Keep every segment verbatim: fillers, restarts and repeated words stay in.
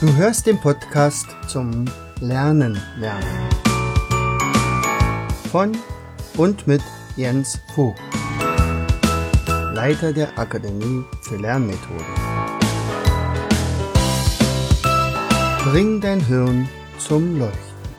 Du hörst den Podcast zum Lernen lernen. Von und mit Jens Vogt, Leiter der Akademie für Lernmethoden. Bring dein Hirn zum Leuchten.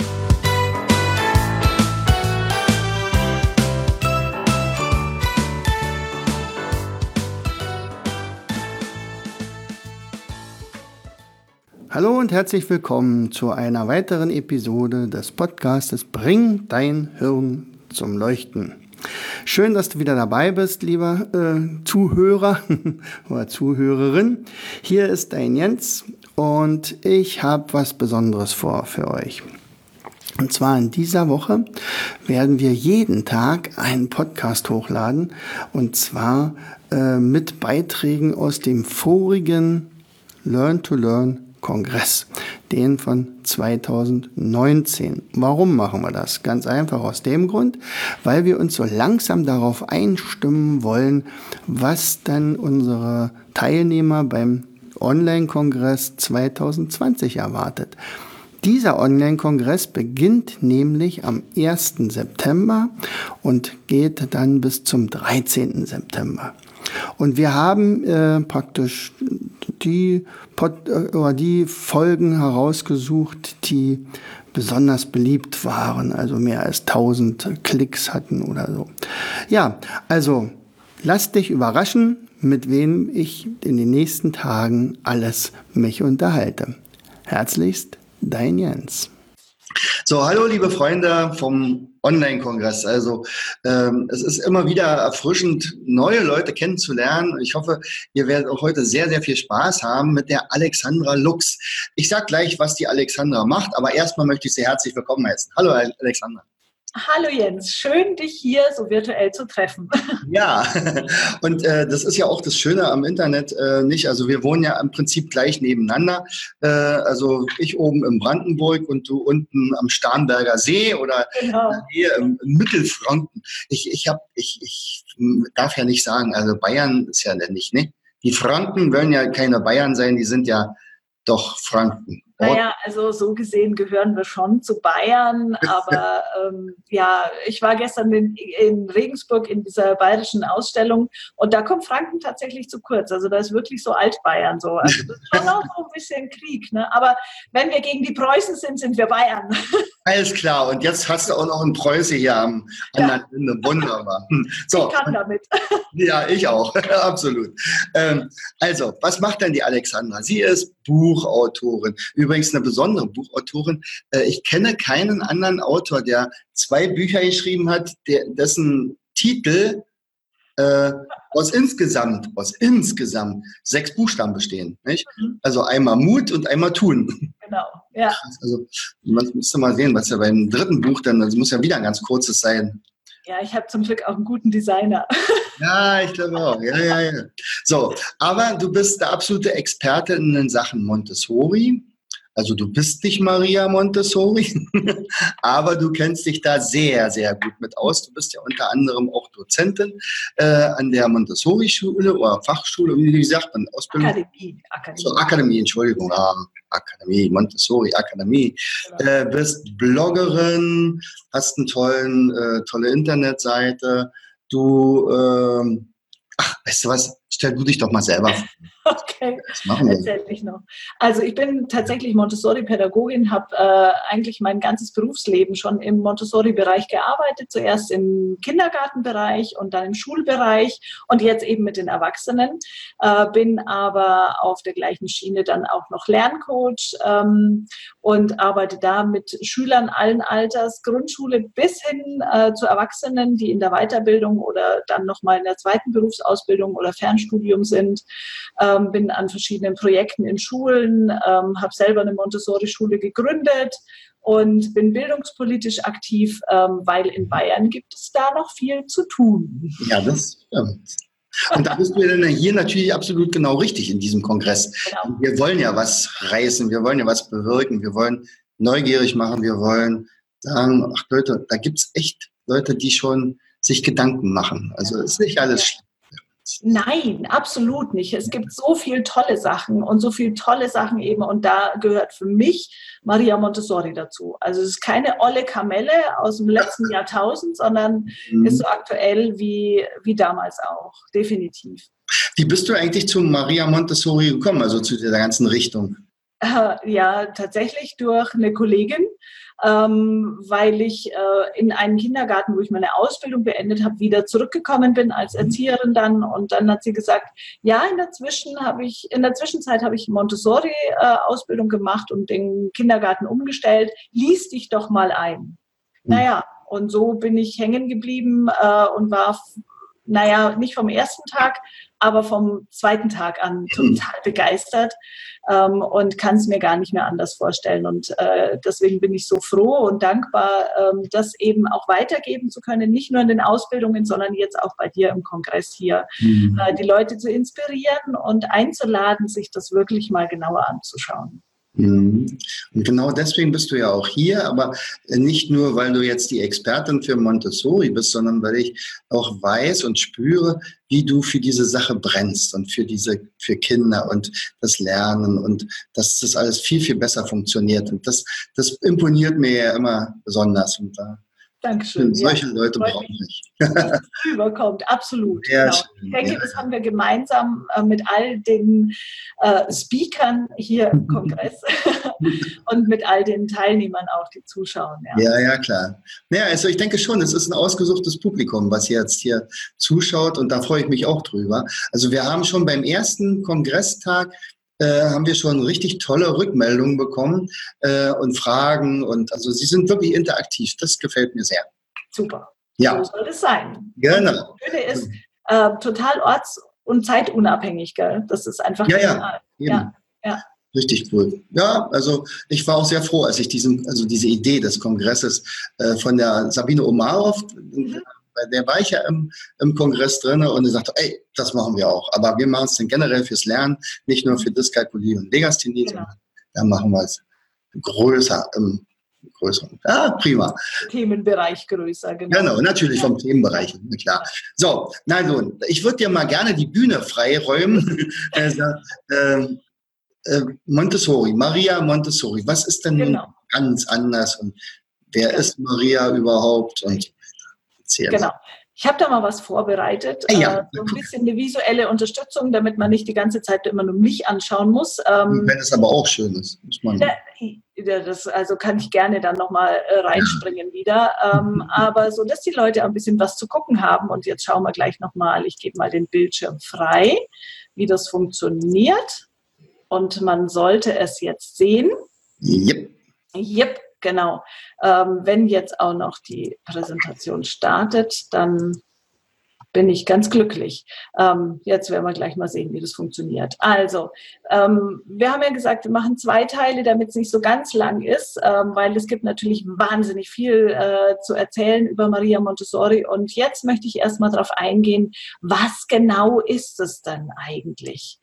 Hallo und herzlich willkommen zu einer weiteren Episode des Podcastes Bring dein Hirn zum Leuchten. Schön, dass du wieder dabei bist, lieber äh, Zuhörer oder Zuhörerin. Hier ist dein Jens und ich habe was Besonderes vor für euch. Und zwar in dieser Woche werden wir jeden Tag einen Podcast hochladen und zwar äh, mit Beiträgen aus dem vorigen Learn to Learn Kongress, den von zweitausendneunzehn. Warum machen wir das? Ganz einfach aus dem Grund, weil wir uns so langsam darauf einstimmen wollen, was dann unsere Teilnehmer beim Online-Kongress zweitausendzwanzig erwartet. Dieser Online-Kongress beginnt nämlich am ersten September und geht dann bis zum dreizehnten September. Und wir haben äh, praktisch die, Pod, äh, die Folgen herausgesucht, die besonders beliebt waren, also mehr als tausend Klicks hatten oder so. Ja, also lass dich überraschen, mit wem ich in den nächsten Tagen alles mich unterhalte. Herzlichst, dein Jens. So, hallo liebe Freunde vom Online-Kongress. Also ähm, es ist immer wieder erfrischend, neue Leute kennenzulernen. Ich hoffe, ihr werdet auch heute sehr, sehr viel Spaß haben mit der Alexandra Lux. Ich sag gleich, was die Alexandra macht, aber erstmal möchte ich Sie herzlich willkommen heißen. Hallo Alexandra. Hallo Jens, schön dich hier so virtuell zu treffen. Ja, und äh, das ist ja auch das Schöne am Internet äh, nicht. Also wir wohnen ja im Prinzip gleich nebeneinander. Äh, also ich oben in Brandenburg und du unten am Starnberger See oder genau. hier im, im Mittelfranken. Ich, ich, hab, ich, ich darf ja nicht sagen, also Bayern ist ja nicht, ne? Die Franken wollen ja keine Bayern sein, die sind ja doch Franken. Naja, also so gesehen gehören wir schon zu Bayern, aber ähm, ja, ich war gestern in, in Regensburg in dieser bayerischen Ausstellung und da kommt Franken tatsächlich zu kurz. Also da ist wirklich so Altbayern so. Also das ist schon auch so ein bisschen Krieg, ne? Aber wenn wir gegen die Preußen sind, sind wir Bayern. Alles klar, und jetzt hast du auch noch einen Preuße hier am anderen ja. Ende. Wunderbar. So. Ich kann damit. Ja, ich auch, absolut. Ähm, also, was macht denn die Alexandra? Sie ist Buchautorin. Übrigens eine besondere Buchautorin. Äh, ich kenne keinen anderen Autor, der zwei Bücher geschrieben hat, der, dessen Titel äh, aus insgesamt, aus insgesamt sechs Buchstaben bestehen. Nicht? Mhm. Also einmal Mut und einmal Tun. Genau, ja. Also, man müsste mal sehen, was ja beim dritten Buch dann, das muss ja wieder ein ganz kurzes sein. Ja, ich habe zum Glück auch einen guten Designer. Ja, ich glaube auch. Ja, ja, ja. So, aber du bist der absolute Experte in den Sachen Montessori. Also du bist nicht Maria Montessori, aber du kennst dich da sehr, sehr gut mit aus. Du bist ja unter anderem auch Dozentin äh, an der Montessori-Schule oder Fachschule, wie gesagt, man Ausbildung. Akademie. Akademie. So, Akademie, Entschuldigung. Ja, Akademie, Montessori, Akademie. Genau. Äh, bist Bloggerin, hast eine tollen, äh, tolle Internetseite. Du, äh, ach, weißt du was? Stell du dich doch mal selber vor. Okay, erzähl ich noch. Also ich bin tatsächlich Montessori-Pädagogin, habe äh, eigentlich mein ganzes Berufsleben schon im Montessori-Bereich gearbeitet, zuerst im Kindergartenbereich und dann im Schulbereich und jetzt eben mit den Erwachsenen, äh, bin aber auf der gleichen Schiene dann auch noch Lerncoach ähm, und arbeite da mit Schülern allen Alters, Grundschule bis hin äh, zu Erwachsenen, die in der Weiterbildung oder dann nochmal in der zweiten Berufsausbildung oder Fernstudium sind. Ähm, bin an verschiedenen Projekten in Schulen, ähm, habe selber eine Montessori-Schule gegründet und bin bildungspolitisch aktiv, ähm, weil in Bayern gibt es da noch viel zu tun. Ja, das stimmt. Und da bist du dann hier natürlich absolut genau richtig in diesem Kongress. Genau. Wir wollen ja was reißen, wir wollen ja was bewirken, wir wollen neugierig machen, wir wollen sagen, ach Leute, da gibt es echt Leute, die schon sich Gedanken machen. Also es ist nicht alles schlimm. Nein, absolut nicht. Es gibt so viele tolle Sachen und so viele tolle Sachen eben und da gehört für mich Maria Montessori dazu. Also es ist keine olle Kamelle aus dem letzten Jahrtausend, sondern mhm. ist so aktuell wie, wie damals auch, definitiv. Wie bist du eigentlich zu Maria Montessori gekommen, also zu dieser ganzen Richtung? Äh, ja, tatsächlich durch eine Kollegin, ähm, weil ich äh, in einen Kindergarten, wo ich meine Ausbildung beendet habe, wieder zurückgekommen bin als Erzieherin dann. Und dann hat sie gesagt, ja, in der, Zwischen habe ich, in der Zwischenzeit habe ich Montessori-Ausbildung äh, gemacht und den Kindergarten umgestellt. Lies dich doch mal ein. Mhm. Naja, und so bin ich hängen geblieben äh, und war, naja, nicht vom ersten Tag, aber vom zweiten Tag an total begeistert ähm, und kann es mir gar nicht mehr anders vorstellen. Und äh, deswegen bin ich so froh und dankbar, ähm, das eben auch weitergeben zu können, nicht nur in den Ausbildungen, sondern jetzt auch bei dir im Kongress hier, mhm. äh, die Leute zu inspirieren und einzuladen, sich das wirklich mal genauer anzuschauen. Und genau deswegen bist du ja auch hier, aber nicht nur, weil du jetzt die Expertin für Montessori bist, sondern weil ich auch weiß und spüre, wie du für diese Sache brennst und für diese, für Kinder und das Lernen und dass das alles viel, viel besser funktioniert. Und das, das imponiert mir ja immer besonders. Und da Dankeschön. Solche ja, Leute brauche ich. Dass es rüberkommt, absolut. Ja, genau. Ich denke, ja. das haben wir gemeinsam äh, mit all den äh, Speakern hier im Kongress und mit all den Teilnehmern auch, die zuschauen. Ja, ja, ja klar. Ja, also ich denke schon, es ist ein ausgesuchtes Publikum, was jetzt hier zuschaut und da freue ich mich auch drüber. Also wir haben schon beim ersten Kongresstag Äh, haben wir schon richtig tolle Rückmeldungen bekommen äh, und Fragen und also sie sind wirklich interaktiv. Das gefällt mir sehr. Super. Ja. So soll es sein. Genau. Und das Schöne ist äh, total orts- und zeitunabhängig, gell? Das ist einfach ja, ja, ja, ja. Richtig cool. Ja, also ich war auch sehr froh, als ich diesen, also diese Idee des Kongresses äh, von der Sabine Omarov, mhm. bei der war ich ja im, im Kongress drin und sie sagte, ey, das machen wir auch. Aber wir machen es dann generell fürs Lernen, nicht nur für Dyskalkulie und Legasthenie, genau. sondern da machen wir es größer, im größeren. Ja, prima. Themenbereich größer, genau. Genau, natürlich vom Themenbereich, klar. So, na so, ich würde dir mal gerne die Bühne freiräumen. also, äh, äh, Montessori, Maria Montessori, was ist denn genau. ganz anders und wer ja. ist Maria überhaupt und Genau. Ich habe da mal was vorbereitet, ja. äh, so ein bisschen eine visuelle Unterstützung, damit man nicht die ganze Zeit immer nur mich anschauen muss. Ähm, Wenn es aber auch schön ist, muss man. Ja, das, also kann ich gerne dann nochmal äh, reinspringen ja. wieder. Ähm, aber so, dass die Leute ein bisschen was zu gucken haben. Und jetzt schauen wir gleich nochmal, ich gebe mal den Bildschirm frei, wie das funktioniert. Und man sollte es jetzt sehen. Yep. Yep. Genau. Ähm, wenn jetzt auch noch die Präsentation startet, dann bin ich ganz glücklich. Ähm, jetzt werden wir gleich mal sehen, wie das funktioniert. Also, ähm, wir haben ja gesagt, wir machen zwei Teile, damit es nicht so ganz lang ist, ähm, weil es gibt natürlich wahnsinnig viel äh, zu erzählen über Maria Montessori. Und jetzt möchte ich erstmal darauf eingehen, was genau ist es denn eigentlich?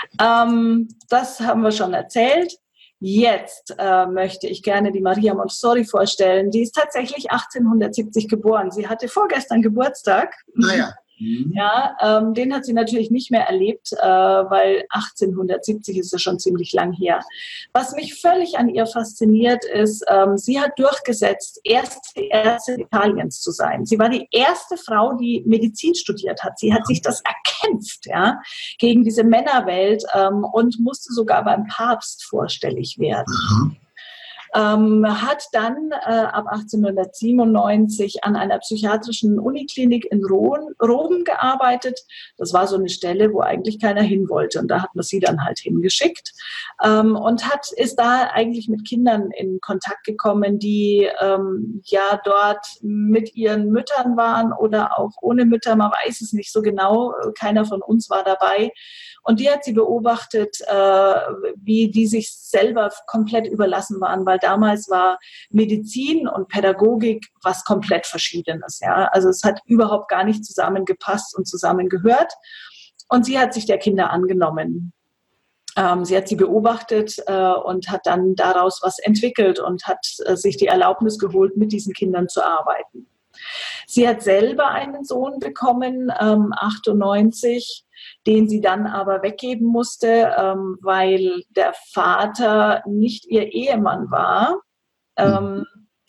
Ähm, das haben wir schon erzählt. Jetzt äh, möchte ich gerne die Maria Montessori vorstellen. Die ist tatsächlich achtzehnhundertsiebzig geboren. Sie hatte vorgestern Geburtstag. Naja. Mhm. Ja, ähm, den hat sie natürlich nicht mehr erlebt, äh, weil achtzehnhundertsiebzig ist ja schon ziemlich lang her. Was mich völlig an ihr fasziniert ist, ähm, sie hat durchgesetzt, erste Ärztin Italiens zu sein. Sie war die erste Frau, die Medizin studiert hat. Sie hat sich das erkämpft, ja, gegen diese Männerwelt ähm, und musste sogar beim Papst vorstellig werden. Mhm. Ähm, hat dann äh, ab achtzehnhundertsiebenundneunzig an einer psychiatrischen Uniklinik in Rom, Rom gearbeitet. Das war so eine Stelle, wo eigentlich keiner hin wollte. Und da hat man sie dann halt hingeschickt ähm, und hat, ist da eigentlich mit Kindern in Kontakt gekommen, die ähm, ja dort mit ihren Müttern waren oder auch ohne Mütter. Man weiß es nicht so genau. Keiner von uns war dabei. Und die hat sie beobachtet, äh, wie die sich selber komplett überlassen waren, weil damals war Medizin und Pädagogik was komplett Verschiedenes. Ja? Also es hat überhaupt gar nicht zusammengepasst und zusammengehört. Und sie hat sich der Kinder angenommen. Ähm, sie hat sie beobachtet äh, und hat dann daraus was entwickelt und hat äh, sich die Erlaubnis geholt, mit diesen Kindern zu arbeiten. Sie hat selber einen Sohn bekommen, ähm, achtundneunzig, den sie dann aber weggeben musste, ähm, weil der Vater nicht ihr Ehemann war, ähm,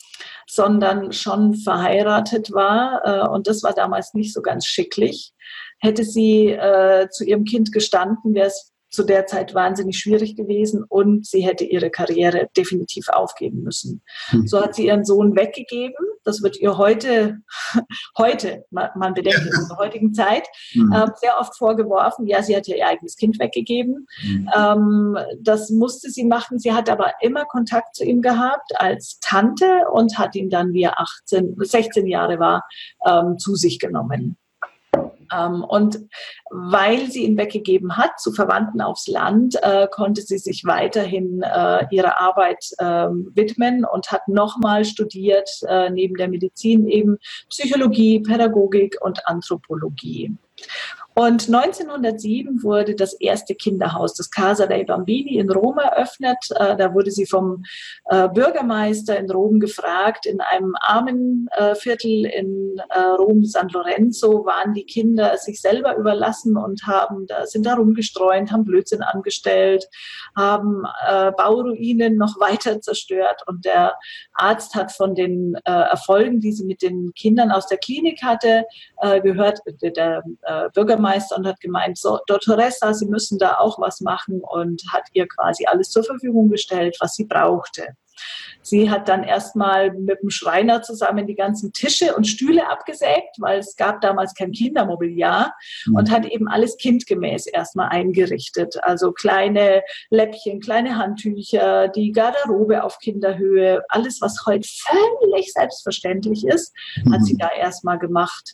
sondern schon verheiratet war. Äh, und das war damals nicht so ganz schicklich. Hätte sie äh, zu ihrem Kind gestanden, wäre es zu der Zeit wahnsinnig schwierig gewesen und sie hätte ihre Karriere definitiv aufgeben müssen. Hm. So hat sie ihren Sohn weggegeben. Das wird ihr heute, heute, man bedenkt in der heutigen Zeit, hm. äh, sehr oft vorgeworfen. Ja, sie hat ihr eigenes Kind weggegeben. Hm. Ähm, das musste sie machen. Sie hat aber immer Kontakt zu ihm gehabt als Tante und hat ihn dann, wie er achtzehn, sechzehn Jahre war, ähm, zu sich genommen. Ähm, und weil sie ihn weggegeben hat zu Verwandten aufs Land, äh, konnte sie sich weiterhin äh, ihrer Arbeit äh, widmen und hat nochmal studiert, äh, neben der Medizin eben Psychologie, Pädagogik und Anthropologie. Und neunzehnhundertsieben wurde das erste Kinderhaus, das Casa dei Bambini in Rom, eröffnet. Äh, da wurde sie vom äh, Bürgermeister in Rom gefragt. In einem armen äh, Viertel in äh, Rom, San Lorenzo, waren die Kinder sich selber überlassen und haben, da sind da rumgestreunt, haben Blödsinn angestellt, haben äh, Bauruinen noch weiter zerstört. Und der Arzt hat von den äh, Erfolgen, die sie mit den Kindern aus der Klinik hatte, äh, gehört, der äh, Bürgermeister und hat gemeint, so, Dottoressa, Sie müssen da auch was machen, und hat ihr quasi alles zur Verfügung gestellt, was sie brauchte. Sie hat dann erstmal mit dem Schreiner zusammen die ganzen Tische und Stühle abgesägt, weil es gab damals kein Kindermobiliar, mhm. und hat eben alles kindgemäß erstmal eingerichtet. Also kleine Läppchen, kleine Handtücher, die Garderobe auf Kinderhöhe, alles, was heute völlig selbstverständlich ist, mhm. hat sie da erstmal gemacht.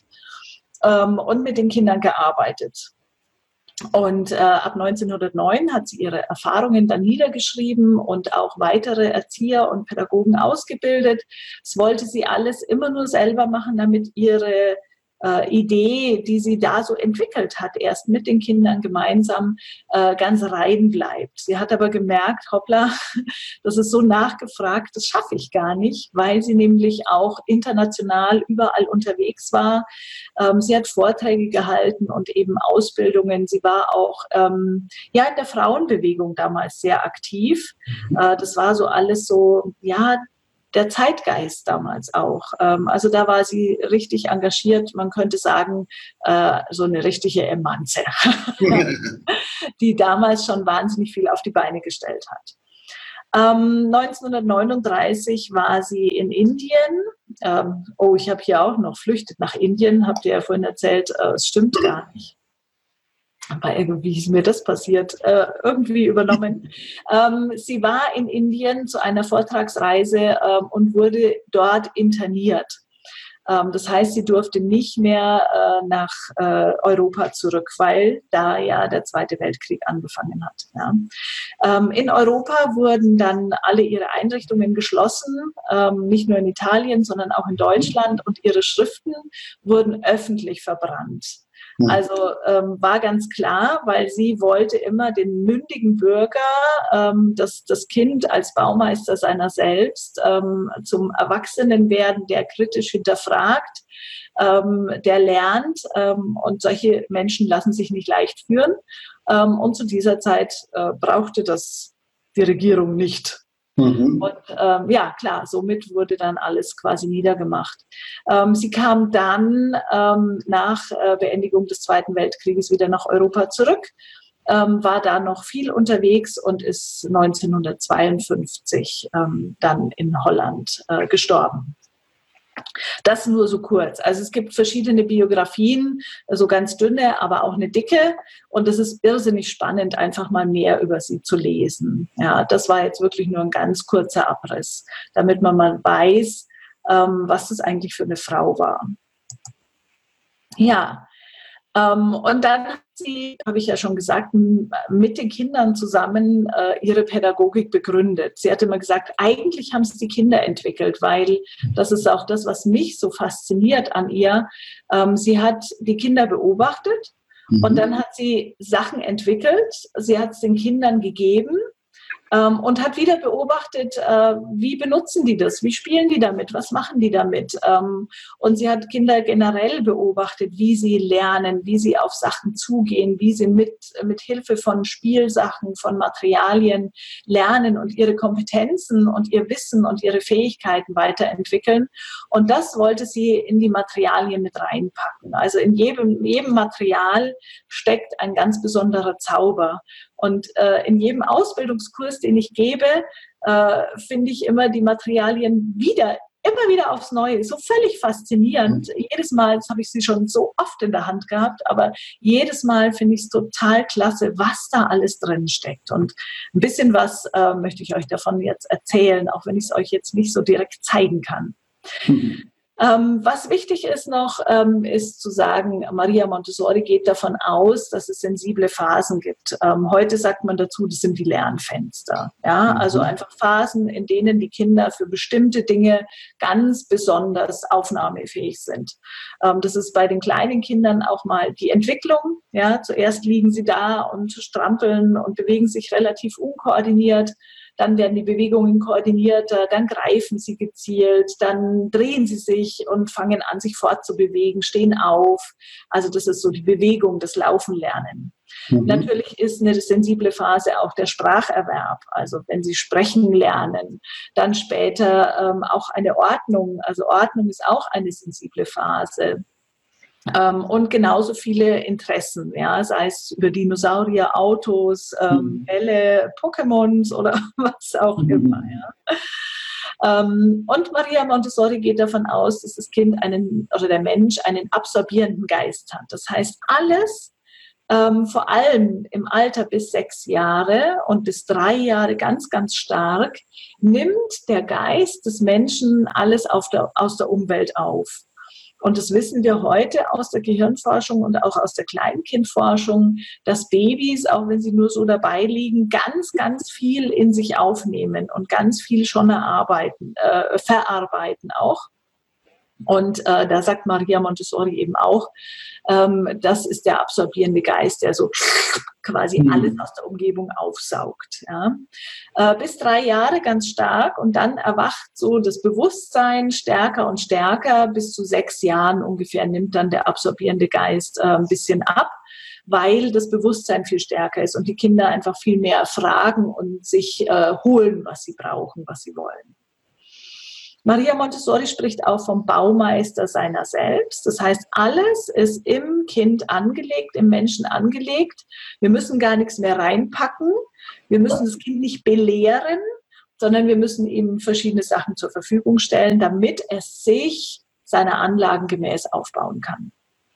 Und mit den Kindern gearbeitet. Und äh, ab neunzehnhundertneun hat sie ihre Erfahrungen dann niedergeschrieben und auch weitere Erzieher und Pädagogen ausgebildet. Das wollte sie alles immer nur selber machen, damit ihre äh, Idee, die sie da so entwickelt hat, erst mit den Kindern gemeinsam äh, ganz rein bleibt. Sie hat aber gemerkt, hoppla, das ist so nachgefragt, das schaffe ich gar nicht, weil sie nämlich auch international überall unterwegs war. Ähm, sie hat Vorträge gehalten und eben Ausbildungen. Sie war auch ähm, ja, in der Frauenbewegung damals sehr aktiv. Äh, das war so alles so, ja, der Zeitgeist damals auch. Ähm, also da war sie richtig engagiert. Man könnte sagen, äh, so eine richtige Emanze, die damals schon wahnsinnig viel auf die Beine gestellt hat. Ähm, neunzehnhundertneununddreißig war sie in Indien. Ähm, oh, ich habe hier auch noch flüchtet nach Indien, habt ihr ja vorhin erzählt, äh, es stimmt gar nicht. Aber irgendwie ist mir das passiert, äh, irgendwie übernommen. ähm, sie war in Indien zu einer Vortragsreise äh, und wurde dort interniert. Ähm, das heißt, sie durfte nicht mehr äh, nach äh, Europa zurück, weil da ja der Zweite Weltkrieg angefangen hat. Ja. Ähm, in Europa wurden dann alle ihre Einrichtungen geschlossen, ähm, nicht nur in Italien, sondern auch in Deutschland, und ihre Schriften wurden öffentlich verbrannt. Also ähm, war ganz klar, weil sie wollte immer den mündigen Bürger, ähm, das, das Kind als Baumeister seiner selbst, ähm, zum Erwachsenen werden, der kritisch hinterfragt, ähm, der lernt, ähm, und solche Menschen lassen sich nicht leicht führen. Ähm, und zu dieser Zeit äh, brauchte das die Regierung nicht. Mhm. Und ähm, ja, klar, somit wurde dann alles quasi niedergemacht. Ähm, sie kam dann ähm, nach äh, Beendigung des Zweiten Weltkrieges wieder nach Europa zurück, ähm, war da noch viel unterwegs und ist neunzehnhundertzweiundfünfzig ähm, dann in Holland äh, gestorben. Das nur so kurz. Also es gibt verschiedene Biografien, so ganz dünne, aber auch eine dicke. Und es ist irrsinnig spannend, einfach mal mehr über sie zu lesen. Ja, das war jetzt wirklich nur ein ganz kurzer Abriss, damit man mal weiß, ähm, was das eigentlich für eine Frau war. Ja. Ähm, und dann hat sie, habe ich ja schon gesagt, mit den Kindern zusammen äh, ihre Pädagogik begründet. Sie hat immer gesagt, eigentlich haben es die Kinder entwickelt, weil das ist auch das, was mich so fasziniert an ihr. Ähm, sie hat die Kinder beobachtet, mhm. und dann hat sie Sachen entwickelt. Sie hat es den Kindern gegeben. Ähm, und hat wieder beobachtet, äh, wie benutzen die das, wie spielen die damit, was machen die damit. Ähm, und sie hat Kinder generell beobachtet, wie sie lernen, wie sie auf Sachen zugehen, wie sie mit, mit Hilfe von Spielsachen, von Materialien lernen und ihre Kompetenzen und ihr Wissen und ihre Fähigkeiten weiterentwickeln. Und das wollte sie in die Materialien mit reinpacken. Also in jedem, jedem Material steckt ein ganz besonderer Zauber. Und äh, in jedem Ausbildungskurs, den ich gebe, äh, finde ich immer die Materialien wieder, immer wieder aufs Neue. So völlig faszinierend. Mhm. Jedes Mal, das habe ich sie schon so oft in der Hand gehabt, aber jedes Mal finde ich es total klasse, was da alles drin steckt. Und ein bisschen was äh, möchte ich euch davon jetzt erzählen, auch wenn ich es euch jetzt nicht so direkt zeigen kann. Mhm. Ähm, was wichtig ist noch, ähm, ist zu sagen, Maria Montessori geht davon aus, dass es sensible Phasen gibt. Ähm, heute sagt man dazu, das sind die Lernfenster. Ja? Also einfach Phasen, in denen die Kinder für bestimmte Dinge ganz besonders aufnahmefähig sind. Ähm, das ist bei den kleinen Kindern auch mal die Entwicklung. Ja? Zuerst liegen sie da und strampeln und bewegen sich relativ unkoordiniert. Dann werden die Bewegungen koordinierter, dann greifen sie gezielt, dann drehen sie sich und fangen an, sich fortzubewegen, stehen auf. Also das ist so die Bewegung, das Laufenlernen. Mhm. Natürlich ist eine sensible Phase auch der Spracherwerb. Also wenn sie sprechen lernen, dann später ähm, auch eine Ordnung. Also Ordnung ist auch eine sensible Phase. Ähm, und genauso viele Interessen, ja, sei es über Dinosaurier, Autos, ähm, Bälle, Pokémons oder was auch immer. Ja. Ähm, und Maria Montessori geht davon aus, dass das Kind einen oder der Mensch einen absorbierenden Geist hat. Das heißt, alles, ähm, vor allem im Alter bis sechs Jahre und bis drei Jahre ganz, ganz stark, nimmt der Geist des Menschen alles auf der, aus der Umwelt auf. Und das wissen wir heute aus der Gehirnforschung und auch aus der Kleinkindforschung, dass Babys, auch wenn sie nur so dabei liegen, ganz, ganz viel in sich aufnehmen und ganz viel schon erarbeiten, äh, verarbeiten auch. Und äh, da sagt Maria Montessori eben auch, ähm, das ist der absorbierende Geist, der so quasi mhm. alles aus der Umgebung aufsaugt. Ja. Äh, bis drei Jahre ganz stark und dann erwacht so das Bewusstsein stärker und stärker. Bis zu sechs Jahren ungefähr nimmt dann der absorbierende Geist äh, ein bisschen ab, weil das Bewusstsein viel stärker ist und die Kinder einfach viel mehr fragen und sich äh, holen, was sie brauchen, was sie wollen. Maria Montessori spricht auch vom Baumeister seiner selbst. Das heißt, alles ist im Kind angelegt, im Menschen angelegt. Wir müssen gar nichts mehr reinpacken. Wir müssen das Kind nicht belehren, sondern wir müssen ihm verschiedene Sachen zur Verfügung stellen, damit es sich seiner Anlagen gemäß aufbauen kann.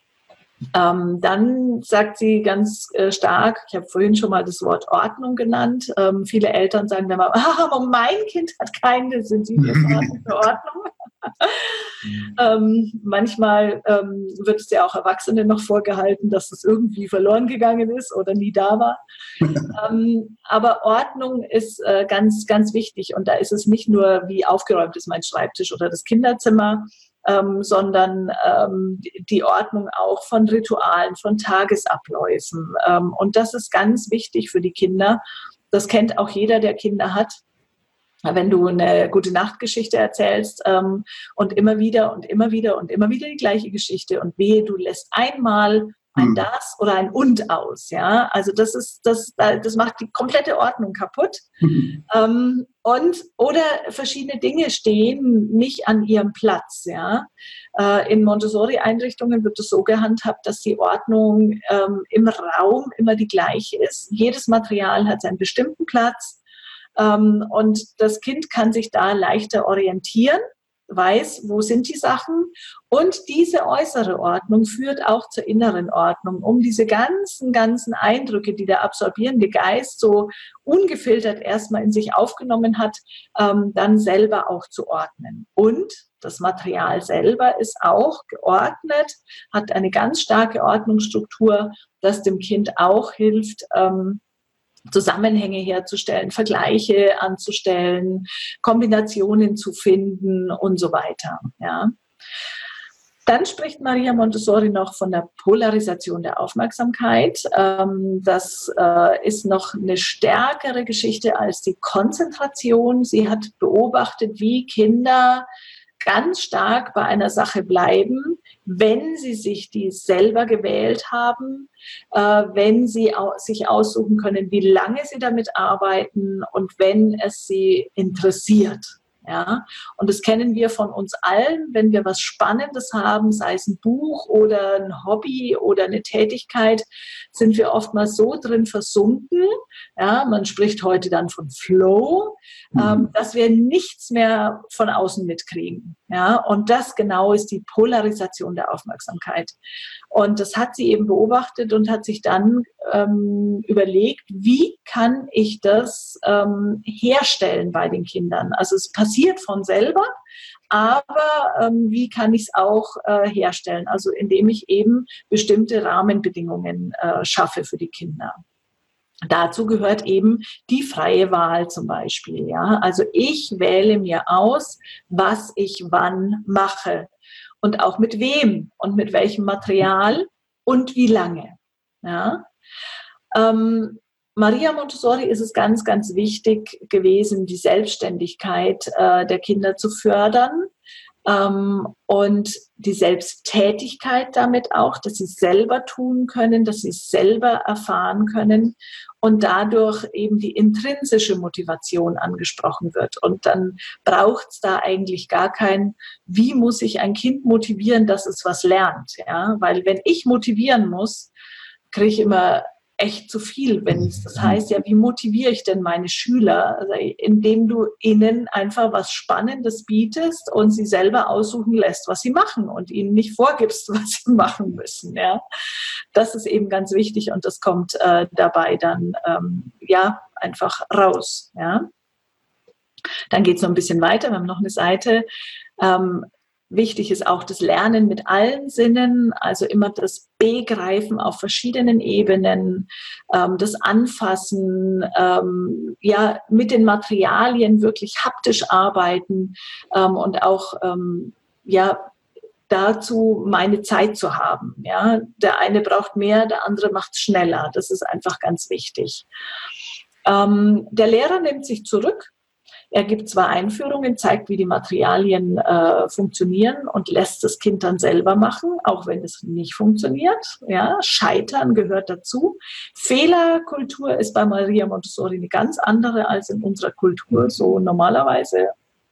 Ähm, dann sagt sie ganz äh, stark, ich habe vorhin schon mal das Wort Ordnung genannt, ähm, viele Eltern sagen dann mal, ah, mein Kind hat keine sensible Phase für Ordnung. ähm, manchmal ähm, wird es ja auch Erwachsenen noch vorgehalten, dass es irgendwie verloren gegangen ist oder nie da war. ähm, aber Ordnung ist äh, ganz, ganz wichtig und da ist es nicht nur, wie aufgeräumt ist mein Schreibtisch oder das Kinderzimmer, Ähm, sondern ähm, die Ordnung auch von Ritualen, von Tagesabläufen. Ähm, und das ist ganz wichtig für die Kinder. Das kennt auch jeder, der Kinder hat. Wenn du eine gute Nachtgeschichte erzählst ähm, und immer wieder und immer wieder und immer wieder die gleiche Geschichte und wehe, du lässt einmal ein das oder ein und aus, ja, also das ist, das, das macht die komplette Ordnung kaputt. Mhm. Ähm, und, oder verschiedene Dinge stehen nicht an ihrem Platz, ja. Äh, in Montessori-Einrichtungen wird es so gehandhabt, dass die Ordnung ähm, im Raum immer die gleiche ist. Jedes Material hat seinen bestimmten Platz ähm, und das Kind kann sich da leichter orientieren, weiß, wo sind die Sachen und diese äußere Ordnung führt auch zur inneren Ordnung, um diese ganzen, ganzen Eindrücke, die der absorbierende Geist so ungefiltert erstmal in sich aufgenommen hat, ähm, dann selber auch zu ordnen. Und das Material selber ist auch geordnet, hat eine ganz starke Ordnungsstruktur, das dem Kind auch hilft, ähm, Zusammenhänge herzustellen, Vergleiche anzustellen, Kombinationen zu finden und so weiter. Ja. Dann spricht Maria Montessori noch von der Polarisation der Aufmerksamkeit. Das ist noch eine stärkere Geschichte als die Konzentration. Sie hat beobachtet, wie Kinder ganz stark bei einer Sache bleiben, wenn sie sich die selber gewählt haben, wenn sie sich aussuchen können, wie lange sie damit arbeiten und wenn es sie interessiert. Ja, und das kennen wir von uns allen, wenn wir was Spannendes haben, sei es ein Buch oder ein Hobby oder eine Tätigkeit, sind wir oftmals so drin versunken, ja, man spricht heute dann von Flow, mhm. ähm, dass wir nichts mehr von außen mitkriegen. Ja, und das genau ist die Polarisation der Aufmerksamkeit. Und das hat sie eben beobachtet und hat sich dann ähm, überlegt, wie kann ich das ähm, herstellen bei den Kindern? Also es passiert von selber, aber ähm, wie kann ich es auch äh, herstellen? Also indem ich eben bestimmte Rahmenbedingungen äh, schaffe für die Kinder. Dazu gehört eben die freie Wahl zum Beispiel. Ja? Also ich wähle mir aus, was ich wann mache und auch mit wem und mit welchem Material und wie lange. Ja? Ähm, Maria Montessori ist es ganz, ganz wichtig gewesen, die Selbstständigkeit äh, der Kinder zu fördern. Ähm, und die Selbsttätigkeit damit auch, dass sie es selber tun können, dass sie es selber erfahren können und dadurch eben die intrinsische Motivation angesprochen wird. Und dann braucht es da eigentlich gar kein, wie muss ich ein Kind motivieren, dass es was lernt. Ja? Weil wenn ich motivieren muss, kriege ich immer echt zu viel. Wenn es das heißt, ja, wie motiviere ich denn meine Schüler? Also, indem du ihnen einfach was Spannendes bietest und sie selber aussuchen lässt, was sie machen und ihnen nicht vorgibst, was sie machen müssen. Ja? Das ist eben ganz wichtig und das kommt äh, dabei dann ähm, ja einfach raus. Ja? Dann geht es noch ein bisschen weiter. Wir haben noch eine Seite. Ähm, Wichtig ist auch das Lernen mit allen Sinnen, also immer das Begreifen auf verschiedenen Ebenen, ähm, das Anfassen, ähm, ja, mit den Materialien wirklich haptisch arbeiten ähm, und auch ähm, ja, dazu meine Zeit zu haben. Ja? Der eine braucht mehr, der andere macht schneller. Das ist einfach ganz wichtig. Ähm, der Lehrer nimmt sich zurück. Er gibt zwar Einführungen, zeigt, wie die Materialien äh, funktionieren und lässt das Kind dann selber machen, auch wenn es nicht funktioniert. Ja, Scheitern gehört dazu. Fehlerkultur ist bei Maria Montessori eine ganz andere als in unserer Kultur so normalerweise.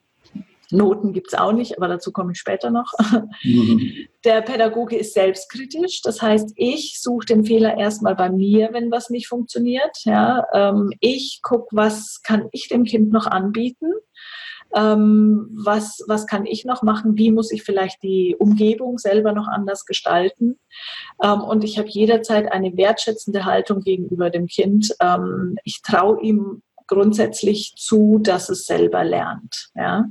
Noten gibt es auch nicht, aber dazu komme ich später noch. Mhm. Der Pädagoge ist selbstkritisch, das heißt, ich suche den Fehler erstmal bei mir, wenn was nicht funktioniert. Ja, ähm, ich gucke, was kann ich dem Kind noch anbieten, ähm, was, was kann ich noch machen, wie muss ich vielleicht die Umgebung selber noch anders gestalten. Ähm, und ich habe jederzeit eine wertschätzende Haltung gegenüber dem Kind. Ähm, ich traue ihm grundsätzlich zu, dass es selber lernt. Ja.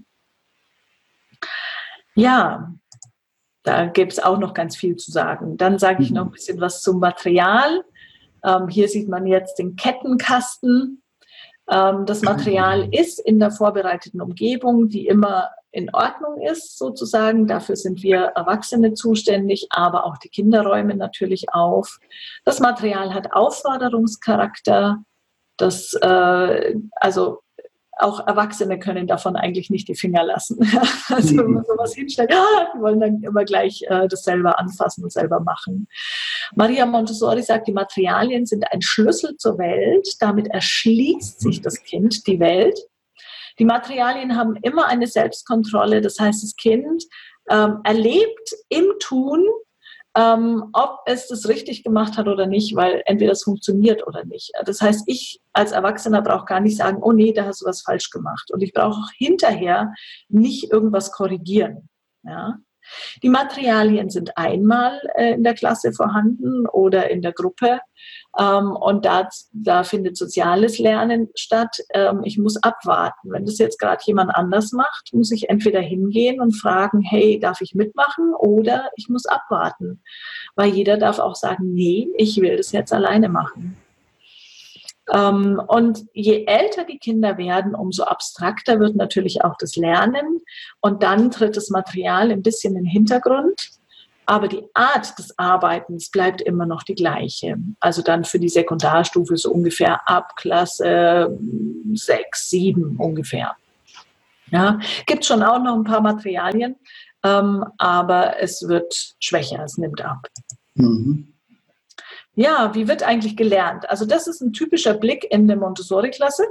Ja, da gibt es auch noch ganz viel zu sagen. Dann sage ich noch ein bisschen was zum Material. Ähm, hier sieht man jetzt den Kettenkasten. Ähm, das Material ist in der vorbereiteten Umgebung, die immer in Ordnung ist, sozusagen. Dafür sind wir Erwachsene zuständig, aber auch die Kinder räumen natürlich auf. Das Material hat Aufforderungscharakter. Das, äh, also auch Erwachsene können davon eigentlich nicht die Finger lassen. Also wenn man sowas hinstellt, ah, die wollen dann immer gleich äh, das selber anfassen und selber machen. Maria Montessori sagt, die Materialien sind ein Schlüssel zur Welt. Damit erschließt sich das Kind die Welt. Die Materialien haben immer eine Selbstkontrolle. Das heißt, das Kind ähm, erlebt im Tun, Ähm, ob es das richtig gemacht hat oder nicht, weil entweder es funktioniert oder nicht. Das heißt, ich als Erwachsener brauche gar nicht sagen, oh nee, da hast du was falsch gemacht. Und ich brauche auch hinterher nicht irgendwas korrigieren. Ja? Die Materialien sind einmal äh, in der Klasse vorhanden oder in der Gruppe. Ähm, und da, da findet soziales Lernen statt. Ähm, ich muss abwarten. Wenn das jetzt gerade jemand anders macht, muss ich entweder hingehen und fragen, hey, darf ich mitmachen? Oder ich muss abwarten. Weil jeder darf auch sagen, nee, ich will das jetzt alleine machen. Ähm, und je älter die Kinder werden, umso abstrakter wird natürlich auch das Lernen. Und dann tritt das Material ein bisschen in den Hintergrund. Aber die Art des Arbeitens bleibt immer noch die gleiche. Also dann für die Sekundarstufe so ungefähr ab Klasse sechs, sieben ungefähr. Ja, gibt schon auch noch ein paar Materialien, ähm, aber es wird schwächer, es nimmt ab. Mhm. Ja, wie wird eigentlich gelernt? Also das ist ein typischer Blick in eine Montessori-Klasse.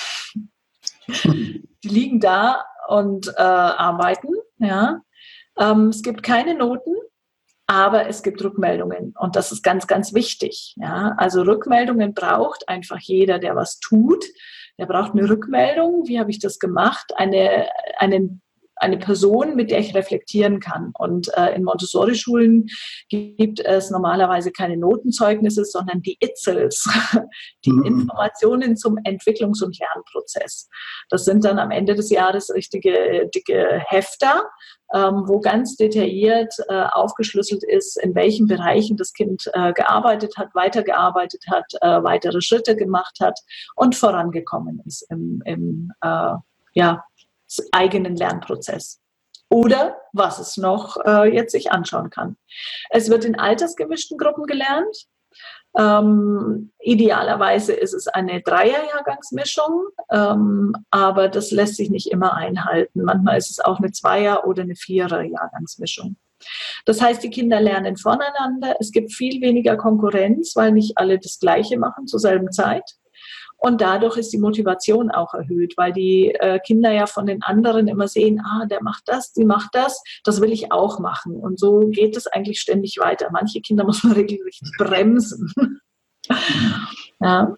Die liegen da und äh, arbeiten. Ja. Ähm, es gibt keine Noten, aber es gibt Rückmeldungen. Und das ist ganz, ganz wichtig. Ja. Also Rückmeldungen braucht einfach jeder, der was tut. Der braucht eine Rückmeldung. Wie habe ich das gemacht? Eine, eine, eine Person, mit der ich reflektieren kann. Und äh, in Montessori-Schulen gibt es normalerweise keine Notenzeugnisse, sondern die Itzels, die mhm. Informationen zum Entwicklungs- und Lernprozess. Das sind dann am Ende des Jahres richtige dicke Hefter, ähm, wo ganz detailliert äh, aufgeschlüsselt ist, in welchen Bereichen das Kind äh, gearbeitet hat, weitergearbeitet hat, äh, weitere Schritte gemacht hat und vorangekommen ist im, im äh, ja, eigenen Lernprozess. Oder was es noch äh, jetzt sich anschauen kann. Es wird in altersgemischten Gruppen gelernt. Ähm, idealerweise ist es eine Dreier-Jahrgangsmischung, ähm, aber das lässt sich nicht immer einhalten. Manchmal ist es auch eine Zweier- oder eine Vierer-Jahrgangsmischung. Das heißt, die Kinder lernen voneinander. Es gibt viel weniger Konkurrenz, weil nicht alle das Gleiche machen zur selben Zeit. Und dadurch ist die Motivation auch erhöht, weil die äh, Kinder ja von den anderen immer sehen, ah, der macht das, die macht das, das will ich auch machen. Und so geht es eigentlich ständig weiter. Manche Kinder muss man regelrecht bremsen. Ja.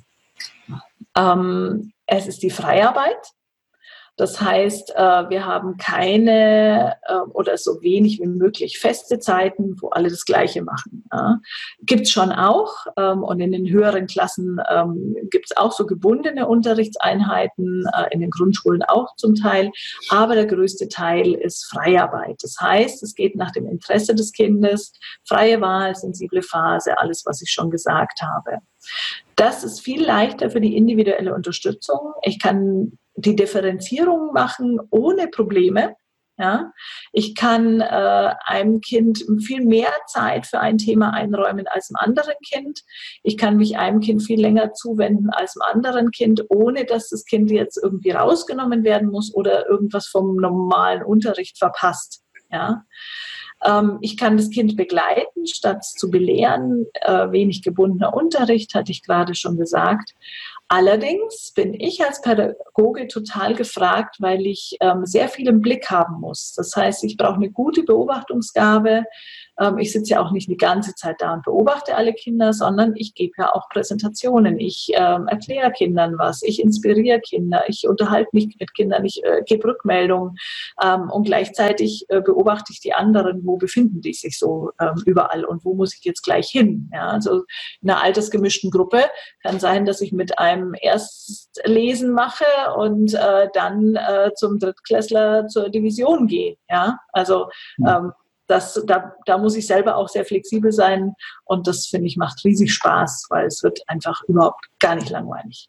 Ähm, es ist die Freiarbeit. Das heißt, wir haben keine oder so wenig wie möglich feste Zeiten, wo alle das Gleiche machen. Gibt es schon auch. Und in den höheren Klassen gibt es auch so gebundene Unterrichtseinheiten, in den Grundschulen auch zum Teil. Aber der größte Teil ist Freiarbeit. Das heißt, es geht nach dem Interesse des Kindes, freie Wahl, sensible Phase, alles, was ich schon gesagt habe. Das ist viel leichter für die individuelle Unterstützung. Ich kann die Differenzierung machen ohne Probleme. Ja? Ich kann äh, einem Kind viel mehr Zeit für ein Thema einräumen als einem anderen Kind. Ich kann mich einem Kind viel länger zuwenden als einem anderen Kind, ohne dass das Kind jetzt irgendwie rausgenommen werden muss oder irgendwas vom normalen Unterricht verpasst. Ja? Ähm, ich kann das Kind begleiten, statt zu belehren. Äh, wenig gebundener Unterricht, hatte ich gerade schon gesagt. Allerdings bin ich als Pädagoge total gefragt, weil ich ähm, sehr viel im Blick haben muss. Das heißt, ich brauche eine gute Beobachtungsgabe. Ähm, ich sitze ja auch nicht die ganze Zeit da und beobachte alle Kinder, sondern ich gebe ja auch Präsentationen. Ich ähm, erkläre Kindern was, ich inspiriere Kinder, ich unterhalte mich mit Kindern, ich äh, gebe Rückmeldungen ähm, und gleichzeitig äh, beobachte ich die anderen, wo befinden die sich so ähm, überall und wo muss ich jetzt gleich hin. Ja, also in einer altersgemischten Gruppe kann sein, dass ich mit einem erst Lesen mache und äh, dann äh, zum Drittklässler zur Division gehe. Ja, also ähm, das, da, da muss ich selber auch sehr flexibel sein und das, finde ich, macht riesig Spaß, weil es wird einfach überhaupt gar nicht langweilig.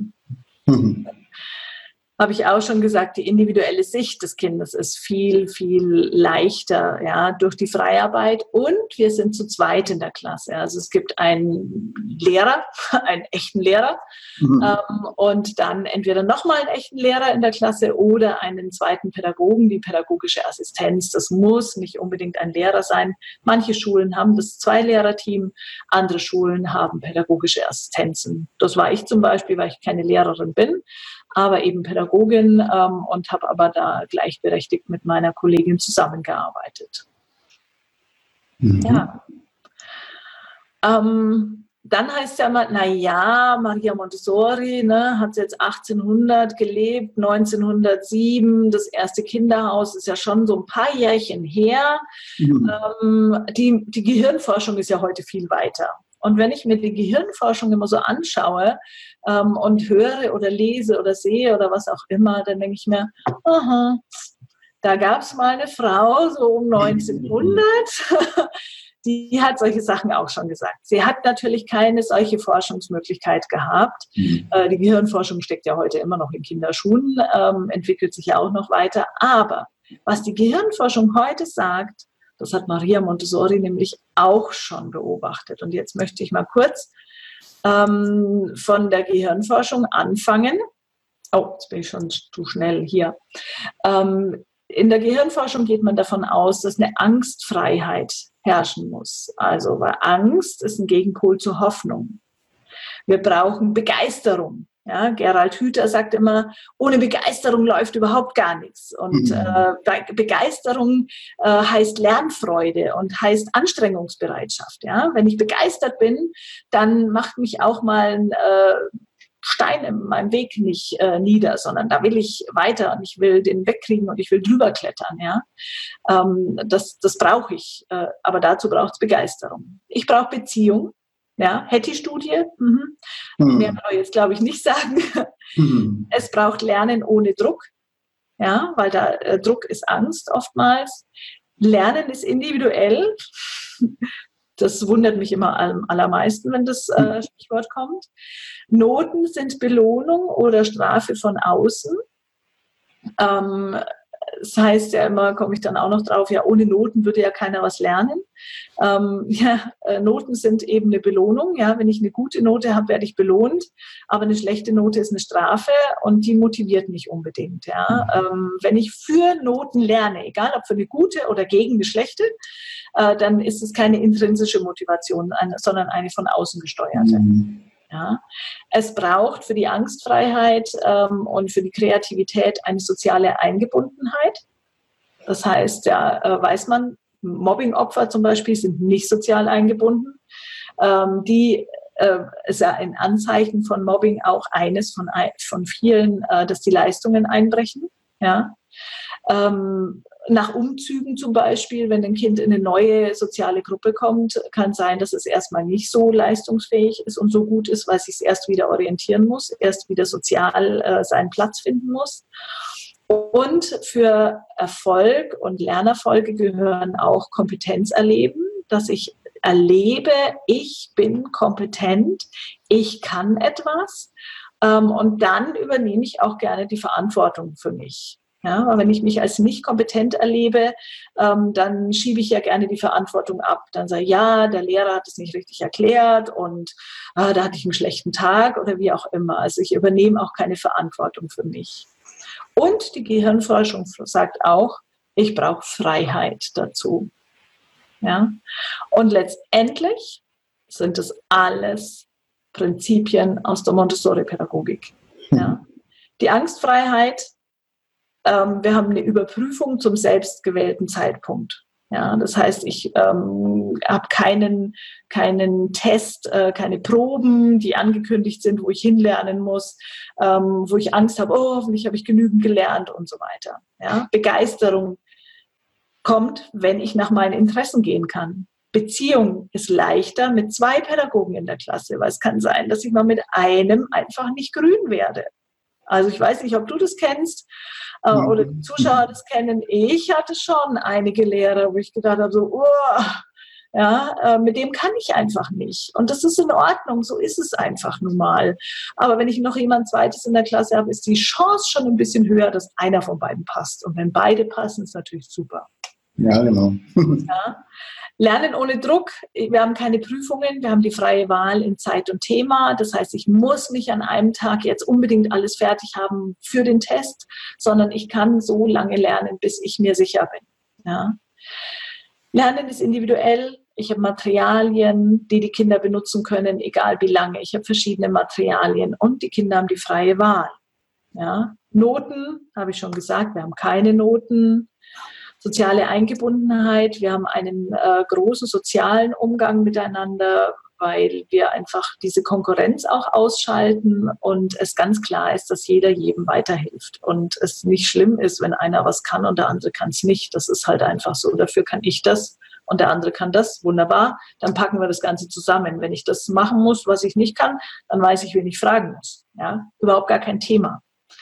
Mhm. Habe ich auch schon gesagt, die individuelle Sicht des Kindes ist viel, viel leichter, ja, durch die Freiarbeit und wir sind zu zweit in der Klasse. Also es gibt einen Lehrer, einen echten Lehrer mhm. ähm, und dann entweder nochmal einen echten Lehrer in der Klasse oder einen zweiten Pädagogen, die pädagogische Assistenz. Das muss nicht unbedingt ein Lehrer sein. Manche Schulen haben das Zwei-Lehrer-Team, andere Schulen haben pädagogische Assistenzen. Das war ich zum Beispiel, weil ich keine Lehrerin bin, aber eben Pädagogin ähm, und habe aber da gleichberechtigt mit meiner Kollegin zusammengearbeitet. Mhm. Ja. Ähm, dann heißt es ja immer, naja, Maria Montessori ne, hat jetzt achtzehnhundert gelebt, neunzehnhundertsieben, das erste Kinderhaus ist ja schon so ein paar Jährchen her. Mhm. Ähm, die, die Gehirnforschung ist ja heute viel weiter. Und wenn ich mir die Gehirnforschung immer so anschaue ähm, und höre oder lese oder sehe oder was auch immer, dann denke ich mir, aha, da gab es mal eine Frau so um neunzehnhundert, die hat solche Sachen auch schon gesagt. Sie hat natürlich keine solche Forschungsmöglichkeit gehabt. Mhm. Äh, die Gehirnforschung steckt ja heute immer noch in Kinderschuhen, ähm, entwickelt sich ja auch noch weiter. Aber was die Gehirnforschung heute sagt, Das hat Maria Montessori nämlich auch schon beobachtet. Und jetzt möchte ich mal kurz ähm, von der Gehirnforschung anfangen. Oh, jetzt bin ich schon zu schnell hier. Ähm, in der Gehirnforschung geht man davon aus, dass eine Angstfreiheit herrschen muss. Also, weil Angst ist ein Gegenpol zur Hoffnung. Wir brauchen Begeisterung. Ja, Gerald Hüther sagt immer, ohne Begeisterung läuft überhaupt gar nichts. Und mhm. äh, Begeisterung äh, heißt Lernfreude und heißt Anstrengungsbereitschaft. Ja? Wenn ich begeistert bin, dann macht mich auch mal ein äh, Stein in meinem Weg nicht äh, nieder, sondern da will ich weiter und ich will den wegkriegen und ich will drüber klettern. Ja? Ähm, das das brauche ich, äh, aber dazu braucht es Begeisterung. Ich brauche Beziehung. Ja, Hattie-Studie, mhm. mhm. mehr kann ich jetzt, glaube ich, nicht sagen. Mhm. Es braucht Lernen ohne Druck, ja, weil da äh, Druck ist Angst oftmals. Lernen ist individuell. Das wundert mich immer am allermeisten, wenn das äh, Stichwort kommt. Noten sind Belohnung oder Strafe von außen. Ähm, Das heißt ja immer, komme ich dann auch noch drauf, ja, ohne Noten würde ja keiner was lernen. Ähm, ja, äh, Noten sind eben eine Belohnung. Ja, wenn ich eine gute Note habe, werde ich belohnt. Aber eine schlechte Note ist eine Strafe und die motiviert nicht unbedingt. Ja. Ähm, wenn ich für Noten lerne, egal ob für eine gute oder gegen eine schlechte, äh, dann ist es keine intrinsische Motivation, eine, sondern eine von außen gesteuerte. Mhm. Ja. Es braucht für die Angstfreiheit ähm, und für die Kreativität eine soziale Eingebundenheit. Das heißt, ja, äh, weiß man, Mobbingopfer zum Beispiel sind nicht sozial eingebunden. Ähm, die äh, ist ja ein Anzeichen von Mobbing auch eines von, von vielen, äh, dass die Leistungen einbrechen. Ja. Ähm, nach Umzügen zum Beispiel, wenn ein Kind in eine neue soziale Gruppe kommt, kann sein, dass es erstmal nicht so leistungsfähig ist und so gut ist, weil es sich erst wieder orientieren muss, erst wieder sozial äh, seinen Platz finden muss. Und für Erfolg und Lernerfolge gehören auch Kompetenzerleben, dass ich erlebe, ich bin kompetent, ich kann etwas ähm, und dann übernehme ich auch gerne die Verantwortung für mich. Ja, weil wenn ich mich als nicht kompetent erlebe, ähm, dann schiebe ich ja gerne die Verantwortung ab. Dann sage ich, ja, der Lehrer hat es nicht richtig erklärt und ah, da hatte ich einen schlechten Tag oder wie auch immer. Also ich übernehme auch keine Verantwortung für mich. Und die Gehirnforschung sagt auch, ich brauche Freiheit dazu. Ja? Und letztendlich sind das alles Prinzipien aus der Montessori-Pädagogik. Ja? Die Angstfreiheit, ähm, wir haben eine Überprüfung zum selbstgewählten Zeitpunkt. Ja, das heißt, ich ähm, habe keinen, keinen Test, äh, keine Proben, die angekündigt sind, wo ich hinlernen muss, ähm, wo ich Angst habe, oh, hoffentlich habe ich genügend gelernt und so weiter. Ja, Begeisterung kommt, wenn ich nach meinen Interessen gehen kann. Beziehung ist leichter mit zwei Pädagogen in der Klasse, weil es kann sein, dass ich mal mit einem einfach nicht grün werde. Also ich weiß nicht, ob du das kennst äh, oder die Zuschauer das kennen. Ich hatte schon einige Lehrer, wo ich gedacht habe, so, oh, ja, äh, mit dem kann ich einfach nicht. Und das ist in Ordnung, so ist es einfach nun mal. Aber wenn ich noch jemand Zweites in der Klasse habe, ist die Chance schon ein bisschen höher, dass einer von beiden passt. Und wenn beide passen, ist natürlich super. Ja, genau. Ja. Lernen ohne Druck. Wir haben keine Prüfungen, wir haben die freie Wahl in Zeit und Thema. Das heißt, ich muss nicht an einem Tag jetzt unbedingt alles fertig haben für den Test, sondern ich kann so lange lernen, bis ich mir sicher bin. Ja. Lernen ist individuell. Ich habe Materialien, die die Kinder benutzen können, egal wie lange. Ich habe verschiedene Materialien und die Kinder haben die freie Wahl. Ja. Noten, habe ich schon gesagt, wir haben keine Noten. Soziale Eingebundenheit, wir haben einen äh, großen sozialen Umgang miteinander, weil wir einfach diese Konkurrenz auch ausschalten und es ganz klar ist, dass jeder jedem weiterhilft und es nicht schlimm ist, wenn einer was kann und der andere kann es nicht. Das ist halt einfach so. Dafür kann ich das und der andere kann das. Wunderbar, dann packen wir das Ganze zusammen. Wenn ich das machen muss, was ich nicht kann, dann weiß ich, wen ich fragen muss. Ja? Überhaupt gar kein Thema.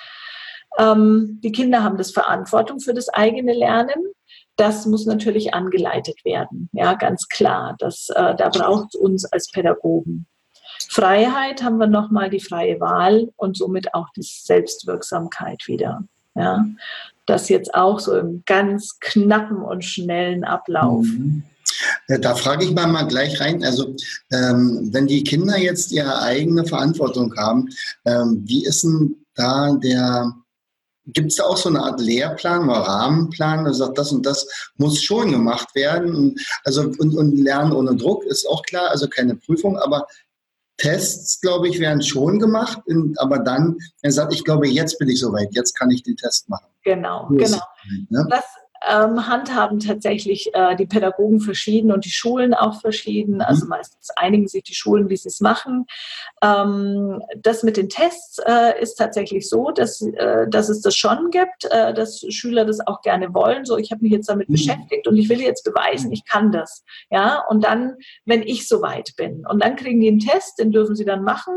Ähm, die Kinder haben das Verantwortung für das eigene Lernen. Das muss natürlich angeleitet werden, ja, ganz klar. Das, äh, da braucht es uns als Pädagogen. Freiheit haben wir nochmal die freie Wahl und somit auch die Selbstwirksamkeit wieder. Ja. das jetzt auch so im ganz knappen und schnellen Ablauf. Mhm. Da frage ich mal, mal gleich rein, also ähm, wenn die Kinder jetzt ihre eigene Verantwortung haben, ähm, wie ist denn da der, gibt es da auch so eine Art Lehrplan oder Rahmenplan, also sagt, das und das muss schon gemacht werden, also und, und Lernen ohne Druck ist auch klar, also keine Prüfung, aber Tests, glaube ich, werden schon gemacht, aber dann, er sagt, ich glaube, jetzt bin ich soweit, jetzt kann ich den Test machen. Genau, genau. Ne? Das ähm, handhaben tatsächlich äh, die Pädagogen verschieden und die Schulen auch verschieden. Also meistens einigen sich die Schulen, wie sie es machen. Ähm, das mit den Tests äh, ist tatsächlich so, dass, äh, dass es das schon gibt, äh, dass Schüler das auch gerne wollen. So, ich habe mich jetzt damit mhm. beschäftigt und ich will jetzt beweisen, ich kann das. Ja, und dann, wenn ich soweit bin. Und dann kriegen die einen Test, den dürfen sie dann machen.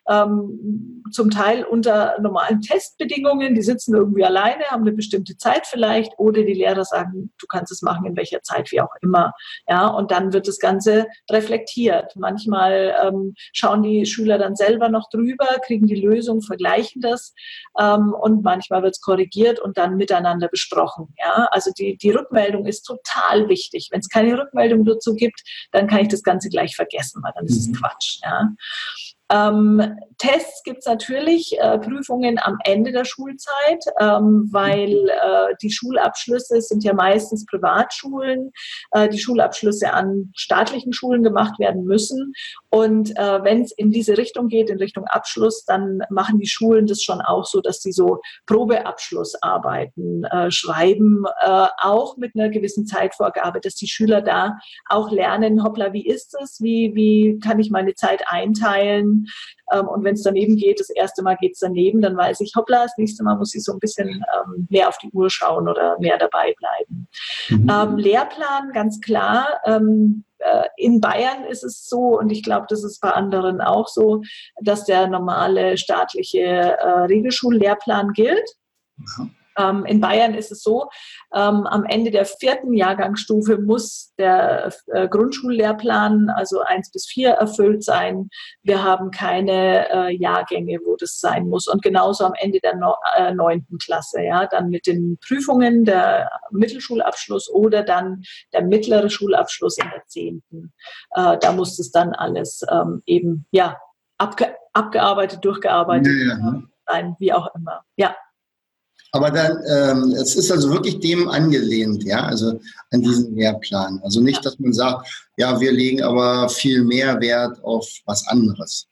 Ähm, zum Teil unter normalen Testbedingungen. Die sitzen irgendwie alleine, haben eine bestimmte Zeit vielleicht oder die Lehrer sagen, du kannst es machen in welcher Zeit, wie auch immer. Ja, und dann wird das Ganze reflektiert. Manchmal ähm, schauen die Schüler dann selber noch drüber, kriegen die Lösung, vergleichen das ähm, und manchmal wird es korrigiert und dann miteinander besprochen. Ja, also die, die Rückmeldung ist total wichtig. Wenn es keine Rückmeldung dazu gibt, dann kann ich das Ganze gleich vergessen, weil dann ist es Quatsch. Ja. Ähm, Tests gibt es natürlich, äh, Prüfungen am Ende der Schulzeit, ähm, weil äh, die Schulabschlüsse sind ja meistens Privatschulen, äh, die Schulabschlüsse an staatlichen Schulen gemacht werden müssen. Und äh, wenn es in diese Richtung geht, in Richtung Abschluss, dann machen die Schulen das schon auch so, dass sie so Probeabschlussarbeiten äh, schreiben, äh, auch mit einer gewissen Zeitvorgabe, dass die Schüler da auch lernen, hoppla, wie ist es, wie, wie kann ich meine Zeit einteilen? Und wenn es daneben geht, das erste Mal geht es daneben, dann weiß ich, hoppla, das nächste Mal muss ich so ein bisschen ähm, mehr auf die Uhr schauen oder mehr dabei bleiben. Mhm. Ähm, Lehrplan, ganz klar. Ähm, äh, in Bayern ist es so, und ich glaube, das ist bei anderen auch so, dass der normale staatliche äh, Regelschullehrplan gilt. Mhm. Ähm, in Bayern ist es so, ähm, am Ende der vierten Jahrgangsstufe muss der äh, Grundschullehrplan, also eins bis vier, erfüllt sein. Wir haben keine äh, Jahrgänge, wo das sein muss. Und genauso am Ende der no- äh, neunten Klasse, ja, dann mit den Prüfungen der Mittelschulabschluss oder dann der mittlere Schulabschluss in der zehnten. Äh, da muss es dann alles ähm, eben, ja, abge- abgearbeitet, durchgearbeitet ja, ja. Äh, sein, wie auch immer, ja. Aber dann, ähm, es ist also wirklich dem angelehnt, ja, also an diesen Lehrplan. Also nicht, dass man sagt, ja, wir legen aber viel mehr Wert auf was anderes.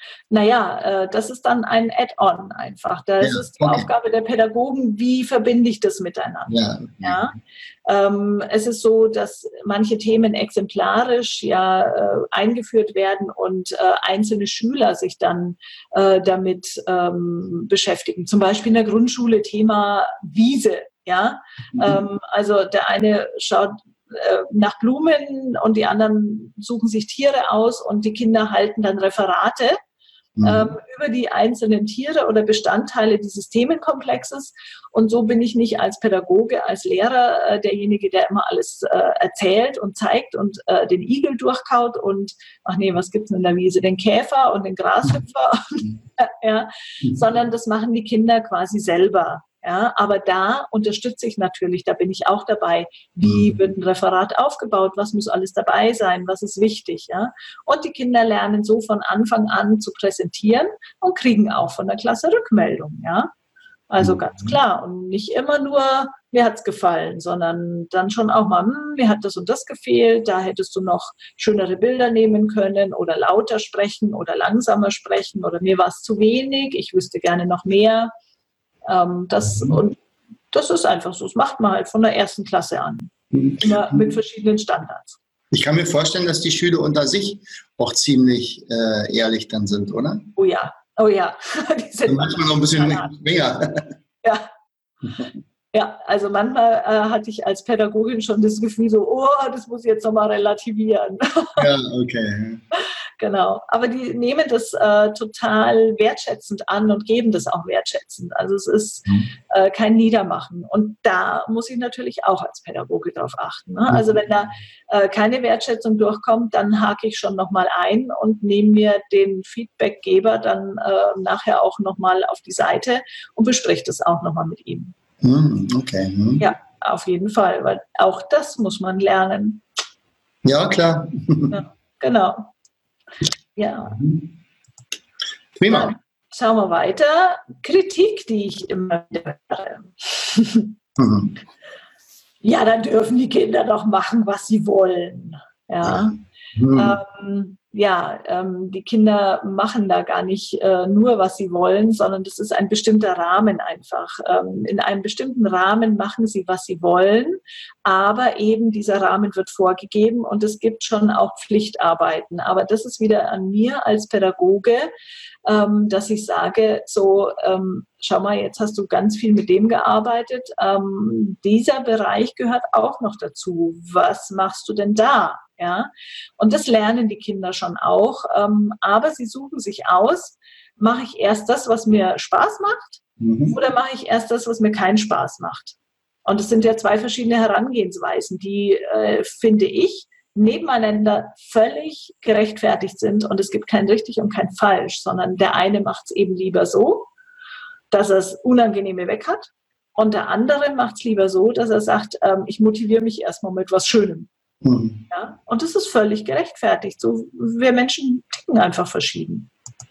Naja, äh, das ist dann ein Add-on einfach. Da ja, ist es die okay. Aufgabe der Pädagogen, wie verbinde ich das miteinander. Ja, okay. ja? Ähm, es ist so, dass manche Themen exemplarisch ja äh, eingeführt werden und äh, einzelne Schüler sich dann äh, damit ähm, beschäftigen. Zum Beispiel in der Grundschule Thema Wiese. Ja? Mhm. Ähm, also der eine schaut nach Blumen und die anderen suchen sich Tiere aus und die Kinder halten dann Referate mhm. ähm, über die einzelnen Tiere oder Bestandteile dieses Themenkomplexes. Und so bin ich nicht als Pädagoge, als Lehrer äh, derjenige, der immer alles äh, erzählt und zeigt und äh, den Igel durchkaut und, ach nee, was gibt's denn in der Wiese? Den Käfer und den Grashüpfer, mhm. ja, mhm. sondern das machen die Kinder quasi selber. Ja, aber da unterstütze ich natürlich, da bin ich auch dabei, wie wird ein Referat aufgebaut, was muss alles dabei sein, was ist wichtig. Ja? Und die Kinder lernen so von Anfang an zu präsentieren und kriegen auch von der Klasse Rückmeldung. Ja? Also ganz klar und nicht immer nur, mir hat's gefallen, sondern dann schon auch mal, hm, mir hat das und das gefehlt, da hättest du noch schönere Bilder nehmen können oder lauter sprechen oder langsamer sprechen oder mir war es zu wenig, ich wüsste gerne noch mehr. Das, und das ist einfach so. Das macht man halt von der ersten Klasse an. Immer mit verschiedenen Standards. Ich kann mir vorstellen, dass die Schüler unter sich auch ziemlich äh, ehrlich dann sind, oder? Oh ja, oh ja. Die sind manchmal noch ein bisschen mehr. Ja. Ja, also manchmal äh, hatte ich als Pädagogin schon das Gefühl so, oh, das muss ich jetzt nochmal relativieren. Ja, okay. Genau, aber die nehmen das äh, total wertschätzend an und geben das auch wertschätzend. Also es ist äh, kein Niedermachen. Und da muss ich natürlich auch als Pädagoge drauf achten. Ne? Also wenn da äh, keine Wertschätzung durchkommt, dann hake ich schon nochmal ein und nehme mir den Feedbackgeber dann äh, nachher auch nochmal auf die Seite und bespreche das auch nochmal mit ihm. Hm, okay. Hm. Ja, auf jeden Fall, weil auch das muss man lernen. Ja, klar. Ja, genau. Ja. Prima. Dann schauen wir weiter. Kritik, die ich immer wieder höre. Mhm. Ja, dann dürfen die Kinder doch machen, was sie wollen. Ja. Mhm. Ähm, ja, ähm, die Kinder machen da gar nicht äh, nur, was sie wollen, sondern das ist ein bestimmter Rahmen einfach. Ähm, in einem bestimmten Rahmen machen sie, was sie wollen, aber eben dieser Rahmen wird vorgegeben und es gibt schon auch Pflichtarbeiten. Aber das ist wieder an mir als Pädagoge, ähm, dass ich sage, so, ähm, schau mal, jetzt hast du ganz viel mit dem gearbeitet. Ähm, dieser Bereich gehört auch noch dazu. Was machst du denn da? Ja, und das lernen die Kinder schon auch, ähm, aber sie suchen sich aus, mache ich erst das, was mir Spaß macht, mhm. oder mache ich erst das, was mir keinen Spaß macht? Und es sind ja zwei verschiedene Herangehensweisen, die, äh, finde ich, nebeneinander völlig gerechtfertigt sind und es gibt kein richtig und kein falsch, sondern der eine macht es eben lieber so, dass er das Unangenehme weg hat und der andere macht es lieber so, dass er sagt, ähm, ich motiviere mich erstmal mit was Schönem. Mhm. Ja, und das ist völlig gerechtfertigt. So, wir Menschen ticken einfach verschieden.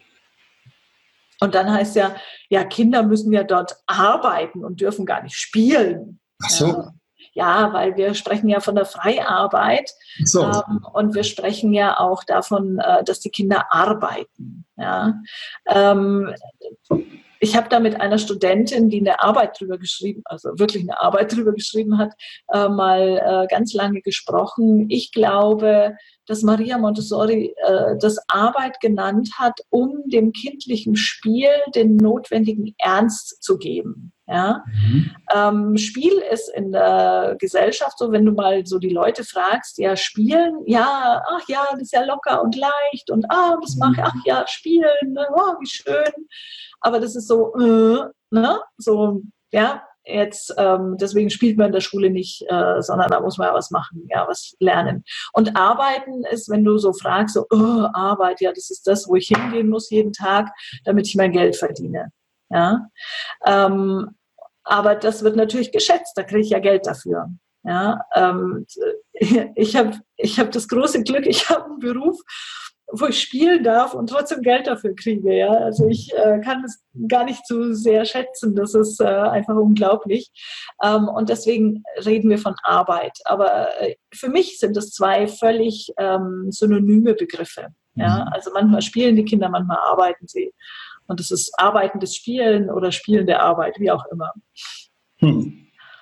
Und dann heißt ja, ja, Kinder müssen ja dort arbeiten und dürfen gar nicht spielen. Ach so. Ja, ja, weil wir sprechen ja von der Freiarbeit. Ach so. ähm, und wir sprechen ja auch davon, äh, dass die Kinder arbeiten. Ja. Ähm, Ich habe da mit einer Studentin, die eine Arbeit drüber geschrieben, also wirklich eine Arbeit drüber geschrieben hat, äh, mal äh, ganz lange gesprochen. Ich glaube, dass Maria Montessori äh, das Arbeit genannt hat, um dem kindlichen Spiel den notwendigen Ernst zu geben. Ja? Mhm. Ähm, Spiel ist in der Gesellschaft so, wenn du mal so die Leute fragst, ja, spielen, ja, ach ja, das ist ja locker und leicht und ah, das mache ich, ach ja, spielen, ne? Oh, wie schön. Aber das ist so, äh, ne, so, ja, jetzt, ähm, deswegen spielt man in der Schule nicht, äh, sondern da muss man ja was machen, ja, was lernen. Und arbeiten ist, wenn du so fragst, so, oh, Arbeit, ja, das ist das, wo ich hingehen muss jeden Tag, damit ich mein Geld verdiene, ja. Ähm, aber das wird natürlich geschätzt, da kriege ich ja Geld dafür. Ja, ähm, ich habe ich hab das große Glück, ich habe einen Beruf, wo ich spielen darf und trotzdem Geld dafür kriege. Ja? Also ich äh, kann es gar nicht so sehr schätzen. Das ist äh, einfach unglaublich. Ähm, und deswegen reden wir von Arbeit. Aber äh, für mich sind das zwei völlig ähm, synonyme Begriffe. Ja? Also manchmal spielen die Kinder, manchmal arbeiten sie. Und es ist arbeitendes Spielen oder spielende Arbeit, wie auch immer. Hm.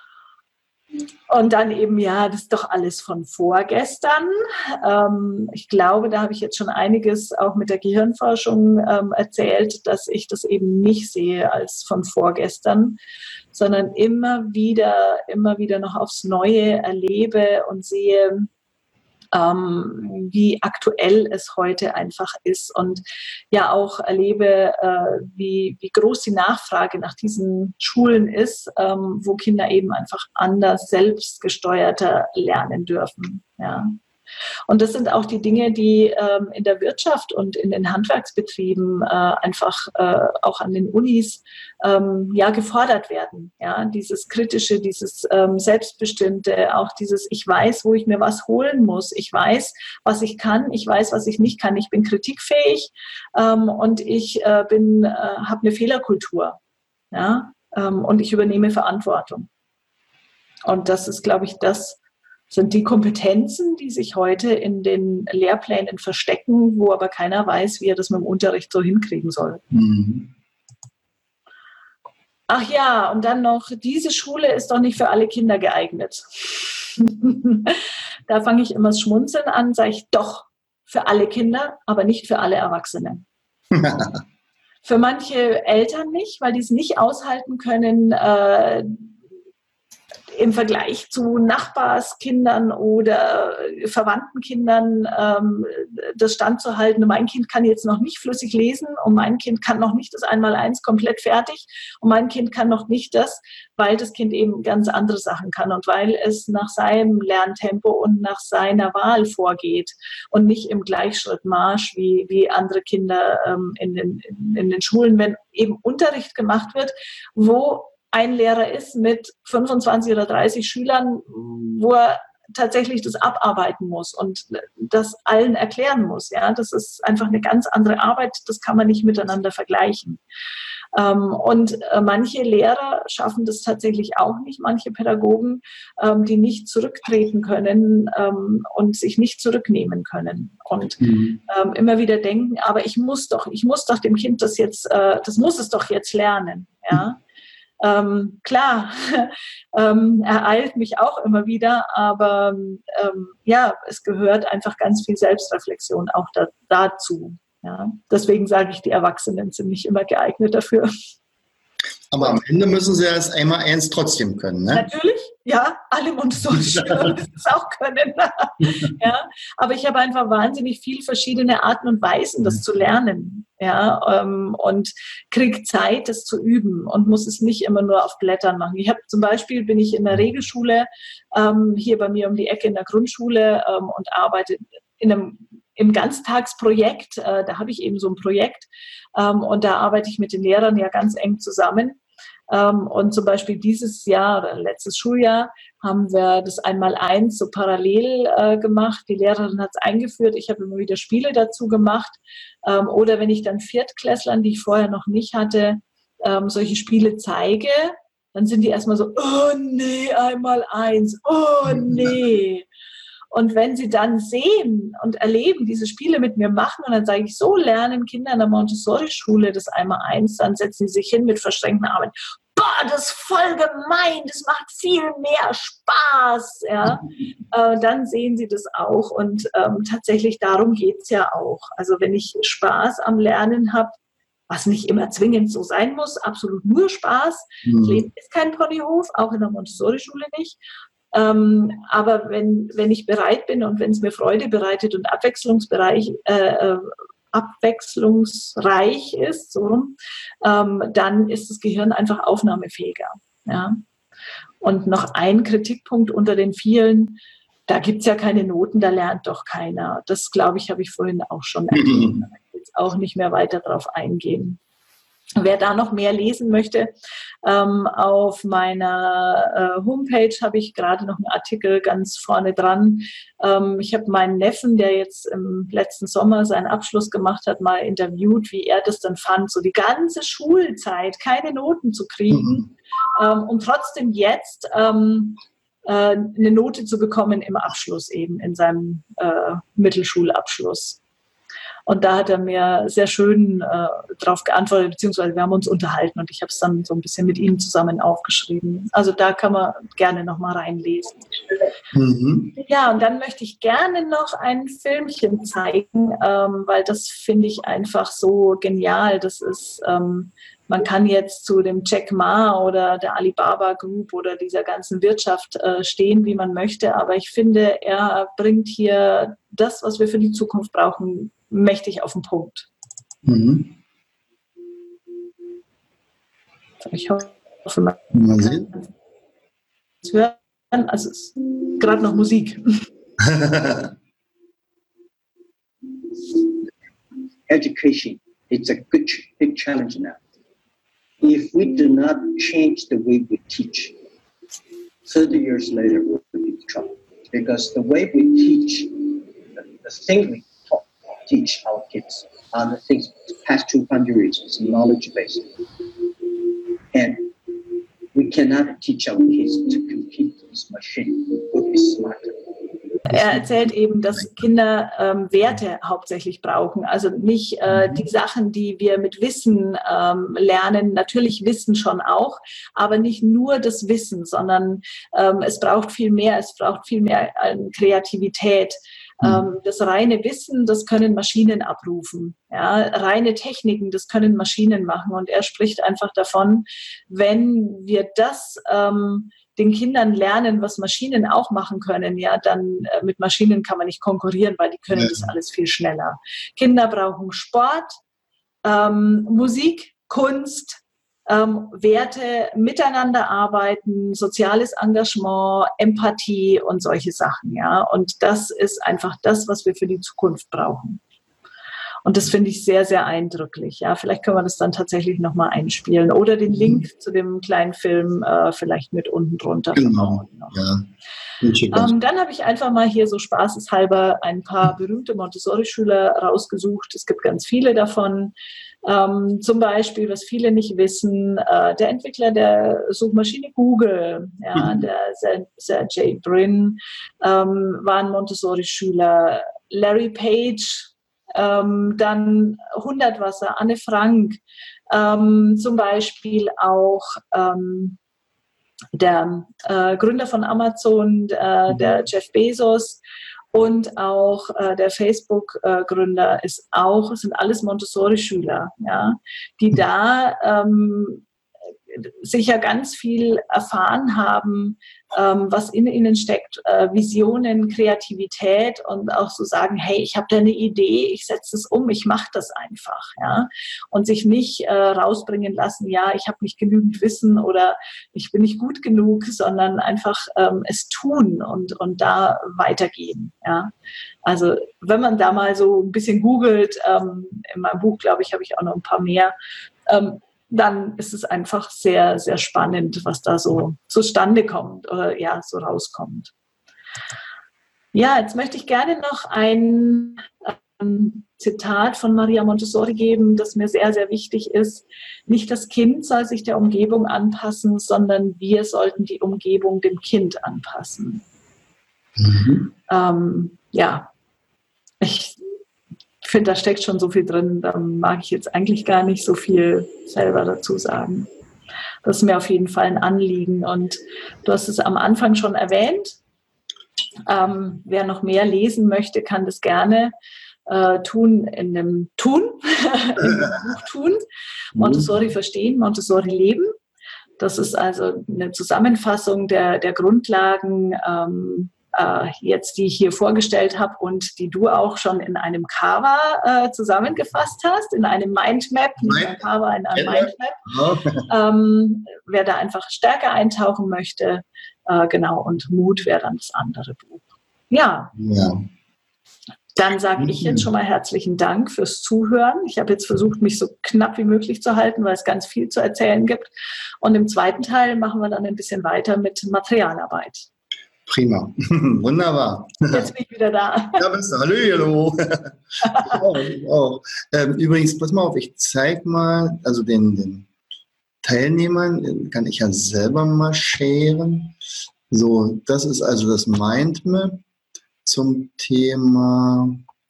Und dann eben, ja, das ist doch alles von vorgestern. Ähm, ich glaube, da habe ich jetzt schon einiges auch mit der Gehirnforschung ähm, erzählt, dass ich das eben nicht sehe als von vorgestern, sondern immer wieder, immer wieder noch aufs Neue erlebe und sehe, ähm, wie aktuell es heute einfach ist und ja auch erlebe, äh, wie, wie groß die Nachfrage nach diesen Schulen ist, ähm, wo Kinder eben einfach anders, selbstgesteuerter lernen dürfen. Ja. Und das sind auch die Dinge, die ähm, in der Wirtschaft und in den Handwerksbetrieben äh, einfach äh, auch an den Unis ähm, ja gefordert werden. Ja, dieses kritische, dieses ähm, selbstbestimmte, auch dieses ich weiß, wo ich mir was holen muss. Ich weiß, was ich kann. Ich weiß, was ich nicht kann. Ich bin kritikfähig ähm, und ich äh, bin äh, habe eine Fehlerkultur. Ja, ähm, und ich übernehme Verantwortung. Und das ist, glaube ich, das sind die Kompetenzen, die sich heute in den Lehrplänen verstecken, wo aber keiner weiß, wie er das mit dem Unterricht so hinkriegen soll. Mhm. Ach ja, und dann noch, diese Schule ist doch nicht für alle Kinder geeignet. Da fange ich immer das Schmunzeln an, sage ich, doch, für alle Kinder, aber nicht für alle Erwachsene. Für manche Eltern nicht, weil die es nicht aushalten können, äh, im Vergleich zu Nachbarskindern oder verwandten Kindern ähm, das standzuhalten. Mein Kind kann jetzt noch nicht flüssig lesen und mein Kind kann noch nicht das Einmaleins komplett fertig und mein Kind kann noch nicht das, weil das Kind eben ganz andere Sachen kann und weil es nach seinem Lerntempo und nach seiner Wahl vorgeht und nicht im Gleichschrittmarsch wie, wie andere Kinder ähm, in, den, in den Schulen, wenn eben Unterricht gemacht wird, wo ein Lehrer ist mit fünfundzwanzig oder dreißig Schülern, wo er tatsächlich das abarbeiten muss und das allen erklären muss. Ja, das ist einfach eine ganz andere Arbeit, das kann man nicht miteinander vergleichen. Ähm, und äh, manche Lehrer schaffen das tatsächlich auch nicht, manche Pädagogen, ähm, die nicht zurücktreten können ähm, und sich nicht zurücknehmen können und mhm. ähm, immer wieder denken, aber ich muss doch, ich muss doch dem Kind das jetzt, äh, das muss es doch jetzt lernen. Ja. Ähm, klar, ähm, er eilt mich auch immer wieder, aber ähm, ja, es gehört einfach ganz viel Selbstreflexion auch da, dazu. Ja. Deswegen sage ich, die Erwachsenen sind nicht immer geeignet dafür. Aber am Ende müssen sie das einmal eins trotzdem können, ne? Natürlich, ja, alle Montessori-Schüler müssen es auch können. Ja, aber ich habe einfach wahnsinnig viele verschiedene Arten und Weisen, das zu lernen. Ja, ähm, und kriege Zeit, das zu üben und muss es nicht immer nur auf Blättern machen. Ich habe zum Beispiel, bin ich in der Regelschule, ähm, hier bei mir um die Ecke in der Grundschule ähm, und arbeite in einem im Ganztagsprojekt, äh, da habe ich eben so ein Projekt ähm, und da arbeite ich mit den Lehrern ja ganz eng zusammen. Ähm, und zum Beispiel dieses Jahr oder letztes Schuljahr haben wir das Einmaleins so parallel äh, gemacht. Die Lehrerin hat es eingeführt, ich habe immer wieder Spiele dazu gemacht. Ähm, oder wenn ich dann Viertklässlern, die ich vorher noch nicht hatte, ähm, solche Spiele zeige, dann sind die erstmal so, oh nee, Einmaleins, oh nee. Und wenn sie dann sehen und erleben, diese Spiele mit mir machen, und dann sage ich, so lernen Kinder in der Montessori-Schule das Einmaleins, dann setzen sie sich hin mit verschränkten Armen. Boah, das ist voll gemein, das macht viel mehr Spaß. Ja? Äh, dann sehen sie das auch. Und ähm, tatsächlich darum geht es ja auch. Also wenn ich Spaß am Lernen habe, was nicht immer zwingend so sein muss, absolut nur Spaß. Mhm. Das Leben ist kein Ponyhof, auch in der Montessori-Schule nicht. Ähm, aber wenn, wenn ich bereit bin und wenn es mir Freude bereitet und abwechslungsbereich, äh, abwechslungsreich ist, so, ähm, dann ist das Gehirn einfach aufnahmefähiger. Ja? Und noch ein Kritikpunkt unter den vielen, da gibt es ja keine Noten, da lernt doch keiner. Das, glaube ich, habe ich vorhin auch schon erklärt. Da will ich jetzt auch nicht mehr weiter drauf eingehen. Wer da noch mehr lesen möchte, ähm, auf meiner äh, Homepage habe ich gerade noch einen Artikel ganz vorne dran. Ähm, ich habe meinen Neffen, der jetzt im letzten Sommer seinen Abschluss gemacht hat, mal interviewt, wie er das dann fand, so die ganze Schulzeit keine Noten zu kriegen mhm. ähm, und trotzdem jetzt ähm, äh, eine Note zu bekommen im Abschluss eben, in seinem äh, Mittelschulabschluss. Und da hat er mir sehr schön äh, darauf geantwortet, beziehungsweise wir haben uns unterhalten und ich habe es dann so ein bisschen mit ihm zusammen aufgeschrieben. Also da kann man gerne nochmal reinlesen. Mhm. Ja, und dann möchte ich gerne noch ein Filmchen zeigen, ähm, weil das finde ich einfach so genial. Das ist, ähm, man kann jetzt zu dem Jack Ma oder der Alibaba Group oder dieser ganzen Wirtschaft äh, stehen, wie man möchte, aber ich finde, er bringt hier das, was wir für die Zukunft brauchen, mächtig auf den Punkt. Mhm. Ich hoffe, man kann es hören. Also es ist gerade noch Musik. Education, it's a good, big challenge now. If we do not change the way we teach, thirty years later we'll be in trouble. Because the way we teach, the, the thing we taught, teach our kids are the things past two hundred years, it's knowledge based. And we cannot teach our kids to compete with this machine. We will be smarter. Er erzählt eben, dass Kinder ähm, Werte hauptsächlich brauchen. Also nicht äh, die Sachen, die wir mit Wissen ähm, lernen. Natürlich Wissen schon auch, aber nicht nur das Wissen, sondern ähm, es braucht viel mehr. Es braucht viel mehr äh, Kreativität. Ähm, das reine Wissen, das können Maschinen abrufen. Ja, reine Techniken, das können Maschinen machen. Und er spricht einfach davon, wenn wir das ähm, den Kindern lernen, was Maschinen auch machen können, ja, dann äh, mit Maschinen kann man nicht konkurrieren, weil die können ja. das alles viel schneller. Kinder brauchen Sport, ähm, Musik, Kunst, ähm, Werte, miteinander arbeiten, soziales Engagement, Empathie und solche Sachen, ja. Und das ist einfach das, was wir für die Zukunft brauchen. Und das finde ich sehr, sehr eindrücklich. Ja, vielleicht können wir das dann tatsächlich nochmal einspielen oder den Link zu dem kleinen Film äh, vielleicht mit unten drunter. Genau, ja. Ähm, dann habe ich einfach mal hier so spaßeshalber ein paar berühmte Montessori-Schüler rausgesucht. Es gibt ganz viele davon. Ähm, zum Beispiel, was viele nicht wissen, äh, der Entwickler der Suchmaschine Google, ja, der Sergey Brin, ähm, war ein Montessori-Schüler. Larry Page, ähm, dann Hundertwasser, Anne Frank, ähm, zum Beispiel auch ähm, der äh, Gründer von Amazon, äh, der Jeff Bezos, und auch äh, der Facebook-Gründer ist auch, sind alles Montessori-Schüler, ja, die da ähm, sicher ganz viel erfahren haben, ähm, was in ihnen steckt, äh, Visionen, Kreativität und auch so sagen, hey, ich habe da eine Idee, ich setze es um, ich mache das einfach, ja, und sich nicht äh, rausbringen lassen, ja, ich habe nicht genügend Wissen oder ich bin nicht gut genug, sondern einfach ähm, es tun und, und da weitergehen, ja. Also wenn man da mal so ein bisschen googelt, ähm, in meinem Buch, glaube ich, habe ich auch noch ein paar mehr, ähm, dann ist es einfach sehr, sehr spannend, was da so zustande kommt oder ja, so rauskommt. Ja, jetzt möchte ich gerne noch ein ähm, Zitat von Maria Montessori geben, das mir sehr, sehr wichtig ist. Nicht das Kind soll sich der Umgebung anpassen, sondern wir sollten die Umgebung dem Kind anpassen. Mhm. Ähm, ja, ich Ich finde, da steckt schon so viel drin, da mag ich jetzt eigentlich gar nicht so viel selber dazu sagen. Das ist mir auf jeden Fall ein Anliegen und du hast es am Anfang schon erwähnt. Ähm, wer noch mehr lesen möchte, kann das gerne äh, tun in dem Tun, in dem Buch Tun. Montessori verstehen, Montessori leben. Das ist also eine Zusammenfassung der, der Grundlagen, ähm, jetzt, die ich hier vorgestellt habe und die du auch schon in einem Cover äh, zusammengefasst hast, in einem Mindmap, nicht ein Cover, in einem Mindmap. Ähm, wer da einfach stärker eintauchen möchte, äh, genau, und Mut wäre dann das andere Buch. Ja. ja. Dann sage ich jetzt schon mal herzlichen Dank fürs Zuhören. Ich habe jetzt versucht, mich so knapp wie möglich zu halten, weil es ganz viel zu erzählen gibt. Und im zweiten Teil machen wir dann ein bisschen weiter mit Materialarbeit. Prima. Wunderbar. Jetzt bin ich wieder da. Ja, bist du. Hallo. auch, auch. Ähm, übrigens, pass mal auf, ich zeige mal, also den, den Teilnehmern kann ich ja selber mal sharen. So, das ist also das Mindmap zum Thema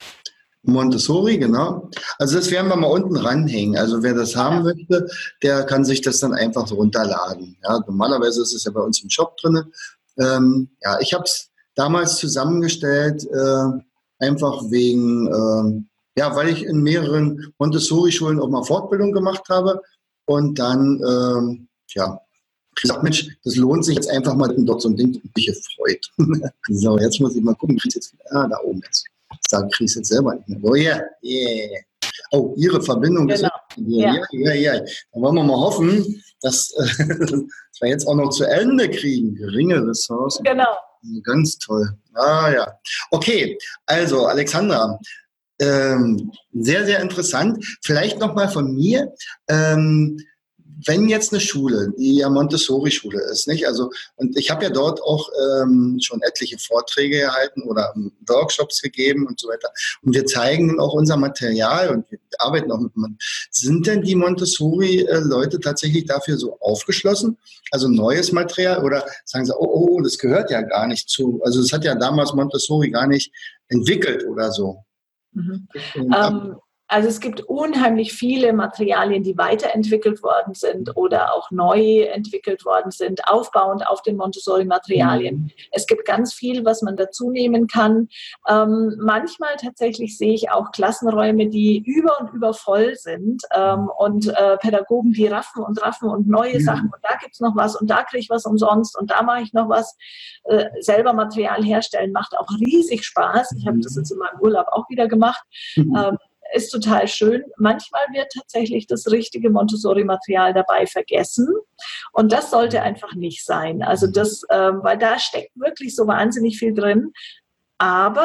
Montessori, genau. Also das werden wir mal unten ranhängen. Also wer das haben möchte, der kann sich das dann einfach so runterladen. Ja, normalerweise ist es ja bei uns im Shop drin. Ähm, ja, ich habe es damals zusammengestellt, äh, einfach wegen, äh, ja, weil ich in mehreren Montessori-Schulen auch mal Fortbildung gemacht habe und dann, ähm, ja, gesagt, Mensch, das lohnt sich jetzt einfach mal dort so ein Ding, das mich gefreut. So, jetzt muss ich mal gucken, kriegst jetzt wieder, ah, da oben jetzt. Sagen kriegst jetzt selber nicht mehr. Oh yeah, yeah. Oh, Ihre Verbindung genau. ist ja, ja, ja, ja. Dann wollen wir mal hoffen, dass, äh, dass wir jetzt auch noch zu Ende kriegen. Geringe Ressourcen. Genau. Ganz toll. Ah ja. Okay, also Alexandra, ähm, sehr, sehr interessant. Vielleicht nochmal von mir. Ähm, wenn jetzt eine Schule, die ja Montessori-Schule ist, nicht? Also, und ich habe ja dort auch ähm, schon etliche Vorträge gehalten oder ähm, Workshops gegeben und so weiter. Und wir zeigen auch unser Material und wir arbeiten auch mit. Sind denn die Montessori-Leute tatsächlich dafür so aufgeschlossen? Also neues Material oder sagen sie, oh, oh, das gehört ja gar nicht zu. Also das hat ja damals Montessori gar nicht entwickelt oder so. Mhm. Um Also es gibt unheimlich viele Materialien, die weiterentwickelt worden sind oder auch neu entwickelt worden sind, aufbauend auf den Montessori-Materialien. Mhm. Es gibt ganz viel, was man dazu nehmen kann. Ähm, manchmal tatsächlich sehe ich auch Klassenräume, die über und über voll sind ähm, und äh, Pädagogen, die raffen und raffen und neue mhm. Sachen und da gibt es noch was und da kriege ich was umsonst und da mache ich noch was. Äh, selber Material herstellen macht auch riesig Spaß. Ich habe das jetzt in meinem Urlaub auch wieder gemacht. Mhm. Ähm, ist total schön. Manchmal wird tatsächlich das richtige Montessori-Material dabei vergessen und das sollte einfach nicht sein. Also das, ähm, weil da steckt wirklich so wahnsinnig viel drin, aber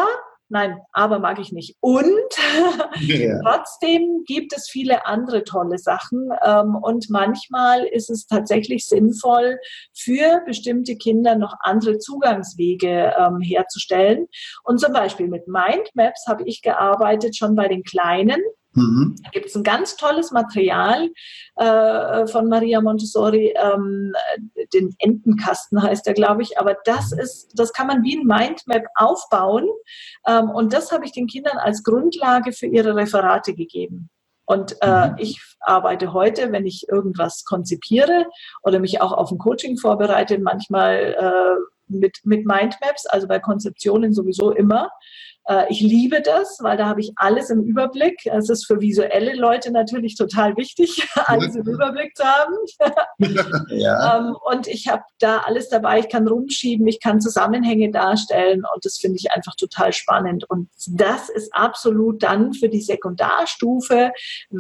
nein, aber mag ich nicht. Und ja. Trotzdem gibt es viele andere tolle Sachen. Ähm, und manchmal ist es tatsächlich sinnvoll, für bestimmte Kinder noch andere Zugangswege ähm, herzustellen. Und zum Beispiel mit Mindmaps habe ich gearbeitet, schon bei den Kleinen. Mhm. Da gibt es ein ganz tolles Material äh, von Maria Montessori, ähm, den Entenkasten heißt der, glaube ich, aber das ist, das kann man wie ein Mindmap aufbauen ähm, und das habe ich den Kindern als Grundlage für ihre Referate gegeben. Und äh, mhm. ich arbeite heute, wenn ich irgendwas konzipiere oder mich auch auf ein Coaching vorbereite, manchmal äh, mit, mit Mindmaps, also bei Konzeptionen sowieso immer. Ich liebe das, weil da habe ich alles im Überblick. Es ist für visuelle Leute natürlich total wichtig, alles im Überblick zu haben. Ja. Und ich habe da alles dabei. Ich kann rumschieben, ich kann Zusammenhänge darstellen und das finde ich einfach total spannend. Und das ist absolut dann für die Sekundarstufe,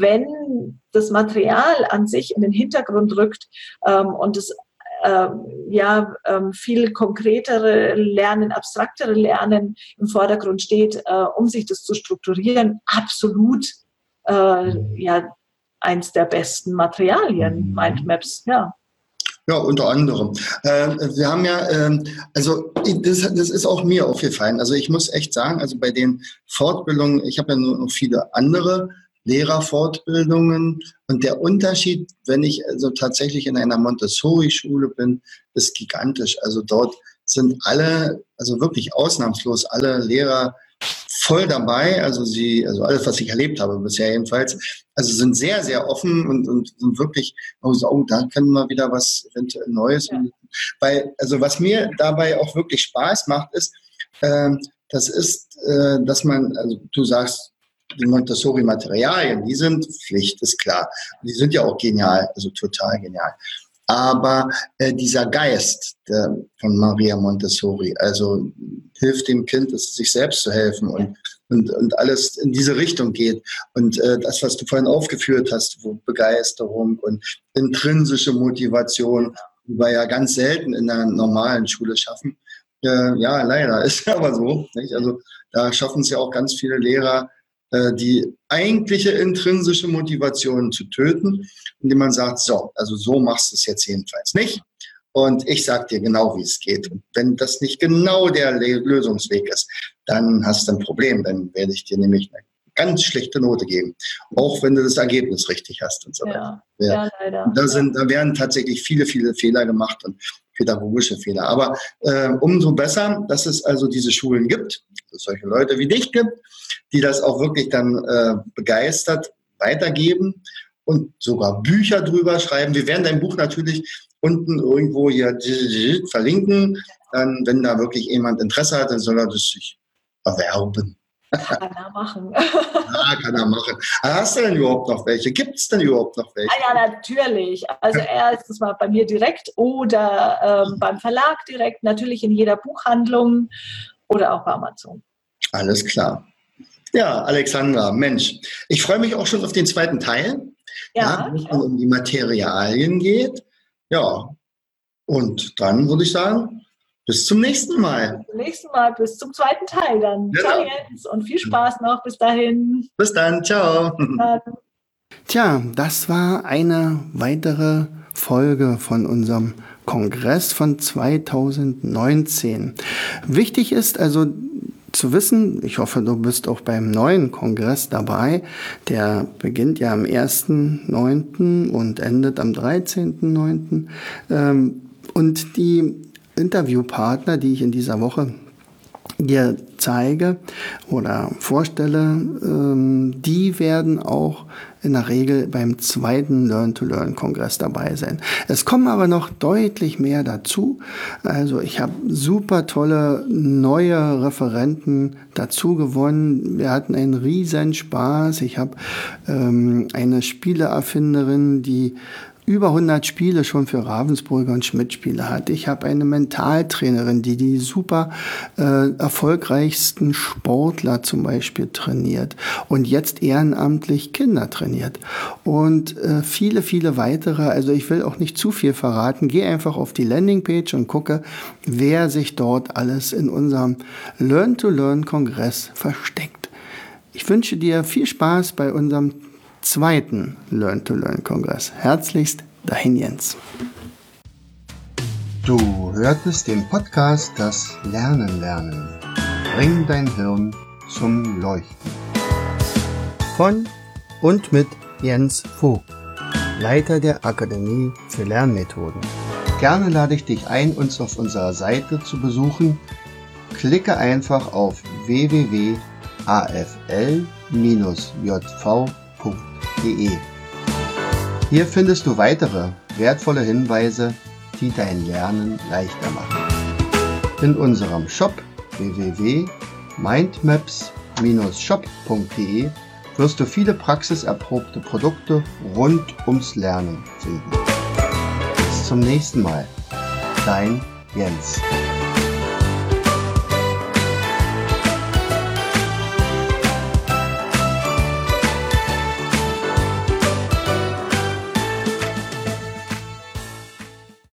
wenn das Material an sich in den Hintergrund rückt und es Ähm, ja, ähm, viel konkretere Lernen, abstraktere Lernen im Vordergrund steht, äh, um sich das zu strukturieren, absolut äh, ja, eins der besten Materialien, Mindmaps, ja. Ja, unter anderem. Äh, wir haben ja, äh, also das, das ist auch mir aufgefallen. Also ich muss echt sagen, also bei den Fortbildungen, ich habe ja nur noch viele andere Lehrerfortbildungen und der Unterschied, wenn ich also tatsächlich in einer Montessori-Schule bin, ist gigantisch. Also dort sind alle, also wirklich ausnahmslos alle Lehrer voll dabei. Also sie, also alles, was ich erlebt habe bisher jedenfalls, also sind sehr, sehr offen und, und sind wirklich, oh, oh, da können wir wieder was eventuell Neues. Ja. Weil, also was mir dabei auch wirklich Spaß macht, ist, äh, das ist, äh, dass man, also du sagst, die Montessori-Materialien, die sind Pflicht, ist klar. Die sind ja auch genial, also total genial. Aber äh, dieser Geist der, von Maria Montessori, also hilft dem Kind, es sich selbst zu helfen und, und, und alles in diese Richtung geht. Und äh, das, was du vorhin aufgeführt hast, wo Begeisterung und intrinsische Motivation, die wir ja ganz selten in der normalen Schule schaffen. Äh, ja, leider, ist aber so. Nicht? Also da schaffen es ja auch ganz viele Lehrer, die eigentliche intrinsische Motivation zu töten, indem man sagt, so, also so machst du es jetzt jedenfalls nicht. Und ich sag dir genau, wie es geht. Und wenn das nicht genau der Lösungsweg ist, dann hast du ein Problem. Dann werde ich dir nämlich eine ganz schlechte Note geben, auch wenn du das Ergebnis richtig hast und so weiter. Ja, ja. Ja, leider. Da, sind, da werden tatsächlich viele, viele Fehler gemacht und pädagogische Fehler. Aber äh, umso besser, dass es also diese Schulen gibt, dass es solche Leute wie dich gibt, die das auch wirklich dann äh, begeistert weitergeben und sogar Bücher drüber schreiben. Wir werden dein Buch natürlich unten irgendwo hier verlinken. Dann, wenn da wirklich jemand Interesse hat, dann soll er das sich erwerben. Kann er machen. Ja, kann er machen. Hast du denn überhaupt noch welche? Gibt es denn überhaupt noch welche? Ah, ja, natürlich. Also erstens mal bei mir direkt oder ähm, beim Verlag direkt, natürlich in jeder Buchhandlung oder auch bei Amazon. Alles klar. Ja, Alexandra, Mensch, ich freue mich auch schon auf den zweiten Teil, ja, ja, wo es um die Materialien geht. Ja, und dann würde ich sagen, bis zum nächsten Mal. Bis zum nächsten Mal, bis zum zweiten Teil dann. Ja. Ciao Jens und viel Spaß noch. Bis dahin. Bis dann, ciao. Bis dann. Tja, das war eine weitere Folge von unserem Kongress von zweitausendneunzehn. Wichtig ist also zu wissen, ich hoffe, du bist auch beim neuen Kongress dabei. Der beginnt ja am ersten neunten und endet am dreizehnten neunten Und die Interviewpartner, die ich in dieser Woche dir zeige oder vorstelle, die werden auch in der Regel beim zweiten Learn-to-Learn-Kongress dabei sein. Es kommen aber noch deutlich mehr dazu. Also ich habe super tolle neue Referenten dazu gewonnen. Wir hatten einen riesen Spaß. Ich habe ähm, eine Spieleerfinderin, die über hundert Spiele schon für Ravensburger und Schmidt-Spiele hat. Ich habe eine Mentaltrainerin, die die super äh, erfolgreichsten Sportler zum Beispiel trainiert und jetzt ehrenamtlich Kinder trainiert. Und äh, viele, viele weitere, also ich will auch nicht zu viel verraten, geh einfach auf die Landingpage und gucke, wer sich dort alles in unserem Learn-to-Learn-Kongress versteckt. Ich wünsche dir viel Spaß bei unserem zweiten Learn-to-Learn-Kongress. Herzlichst, dein Jens. Du hörtest den Podcast Das Lernen lernen. Bring dein Hirn zum Leuchten. Von und mit Jens Vogt, Leiter der Akademie für Lernmethoden. Gerne lade ich dich ein, uns auf unserer Seite zu besuchen. Klicke einfach auf w w w punkt a f l bindestrich j v punkt d e. Hier findest du weitere wertvolle Hinweise, die dein Lernen leichter machen. In unserem Shop w w w punkt mindmaps bindestrich shop punkt d e wirst du viele praxiserprobte Produkte rund ums Lernen finden. Bis zum nächsten Mal. Dein Jens.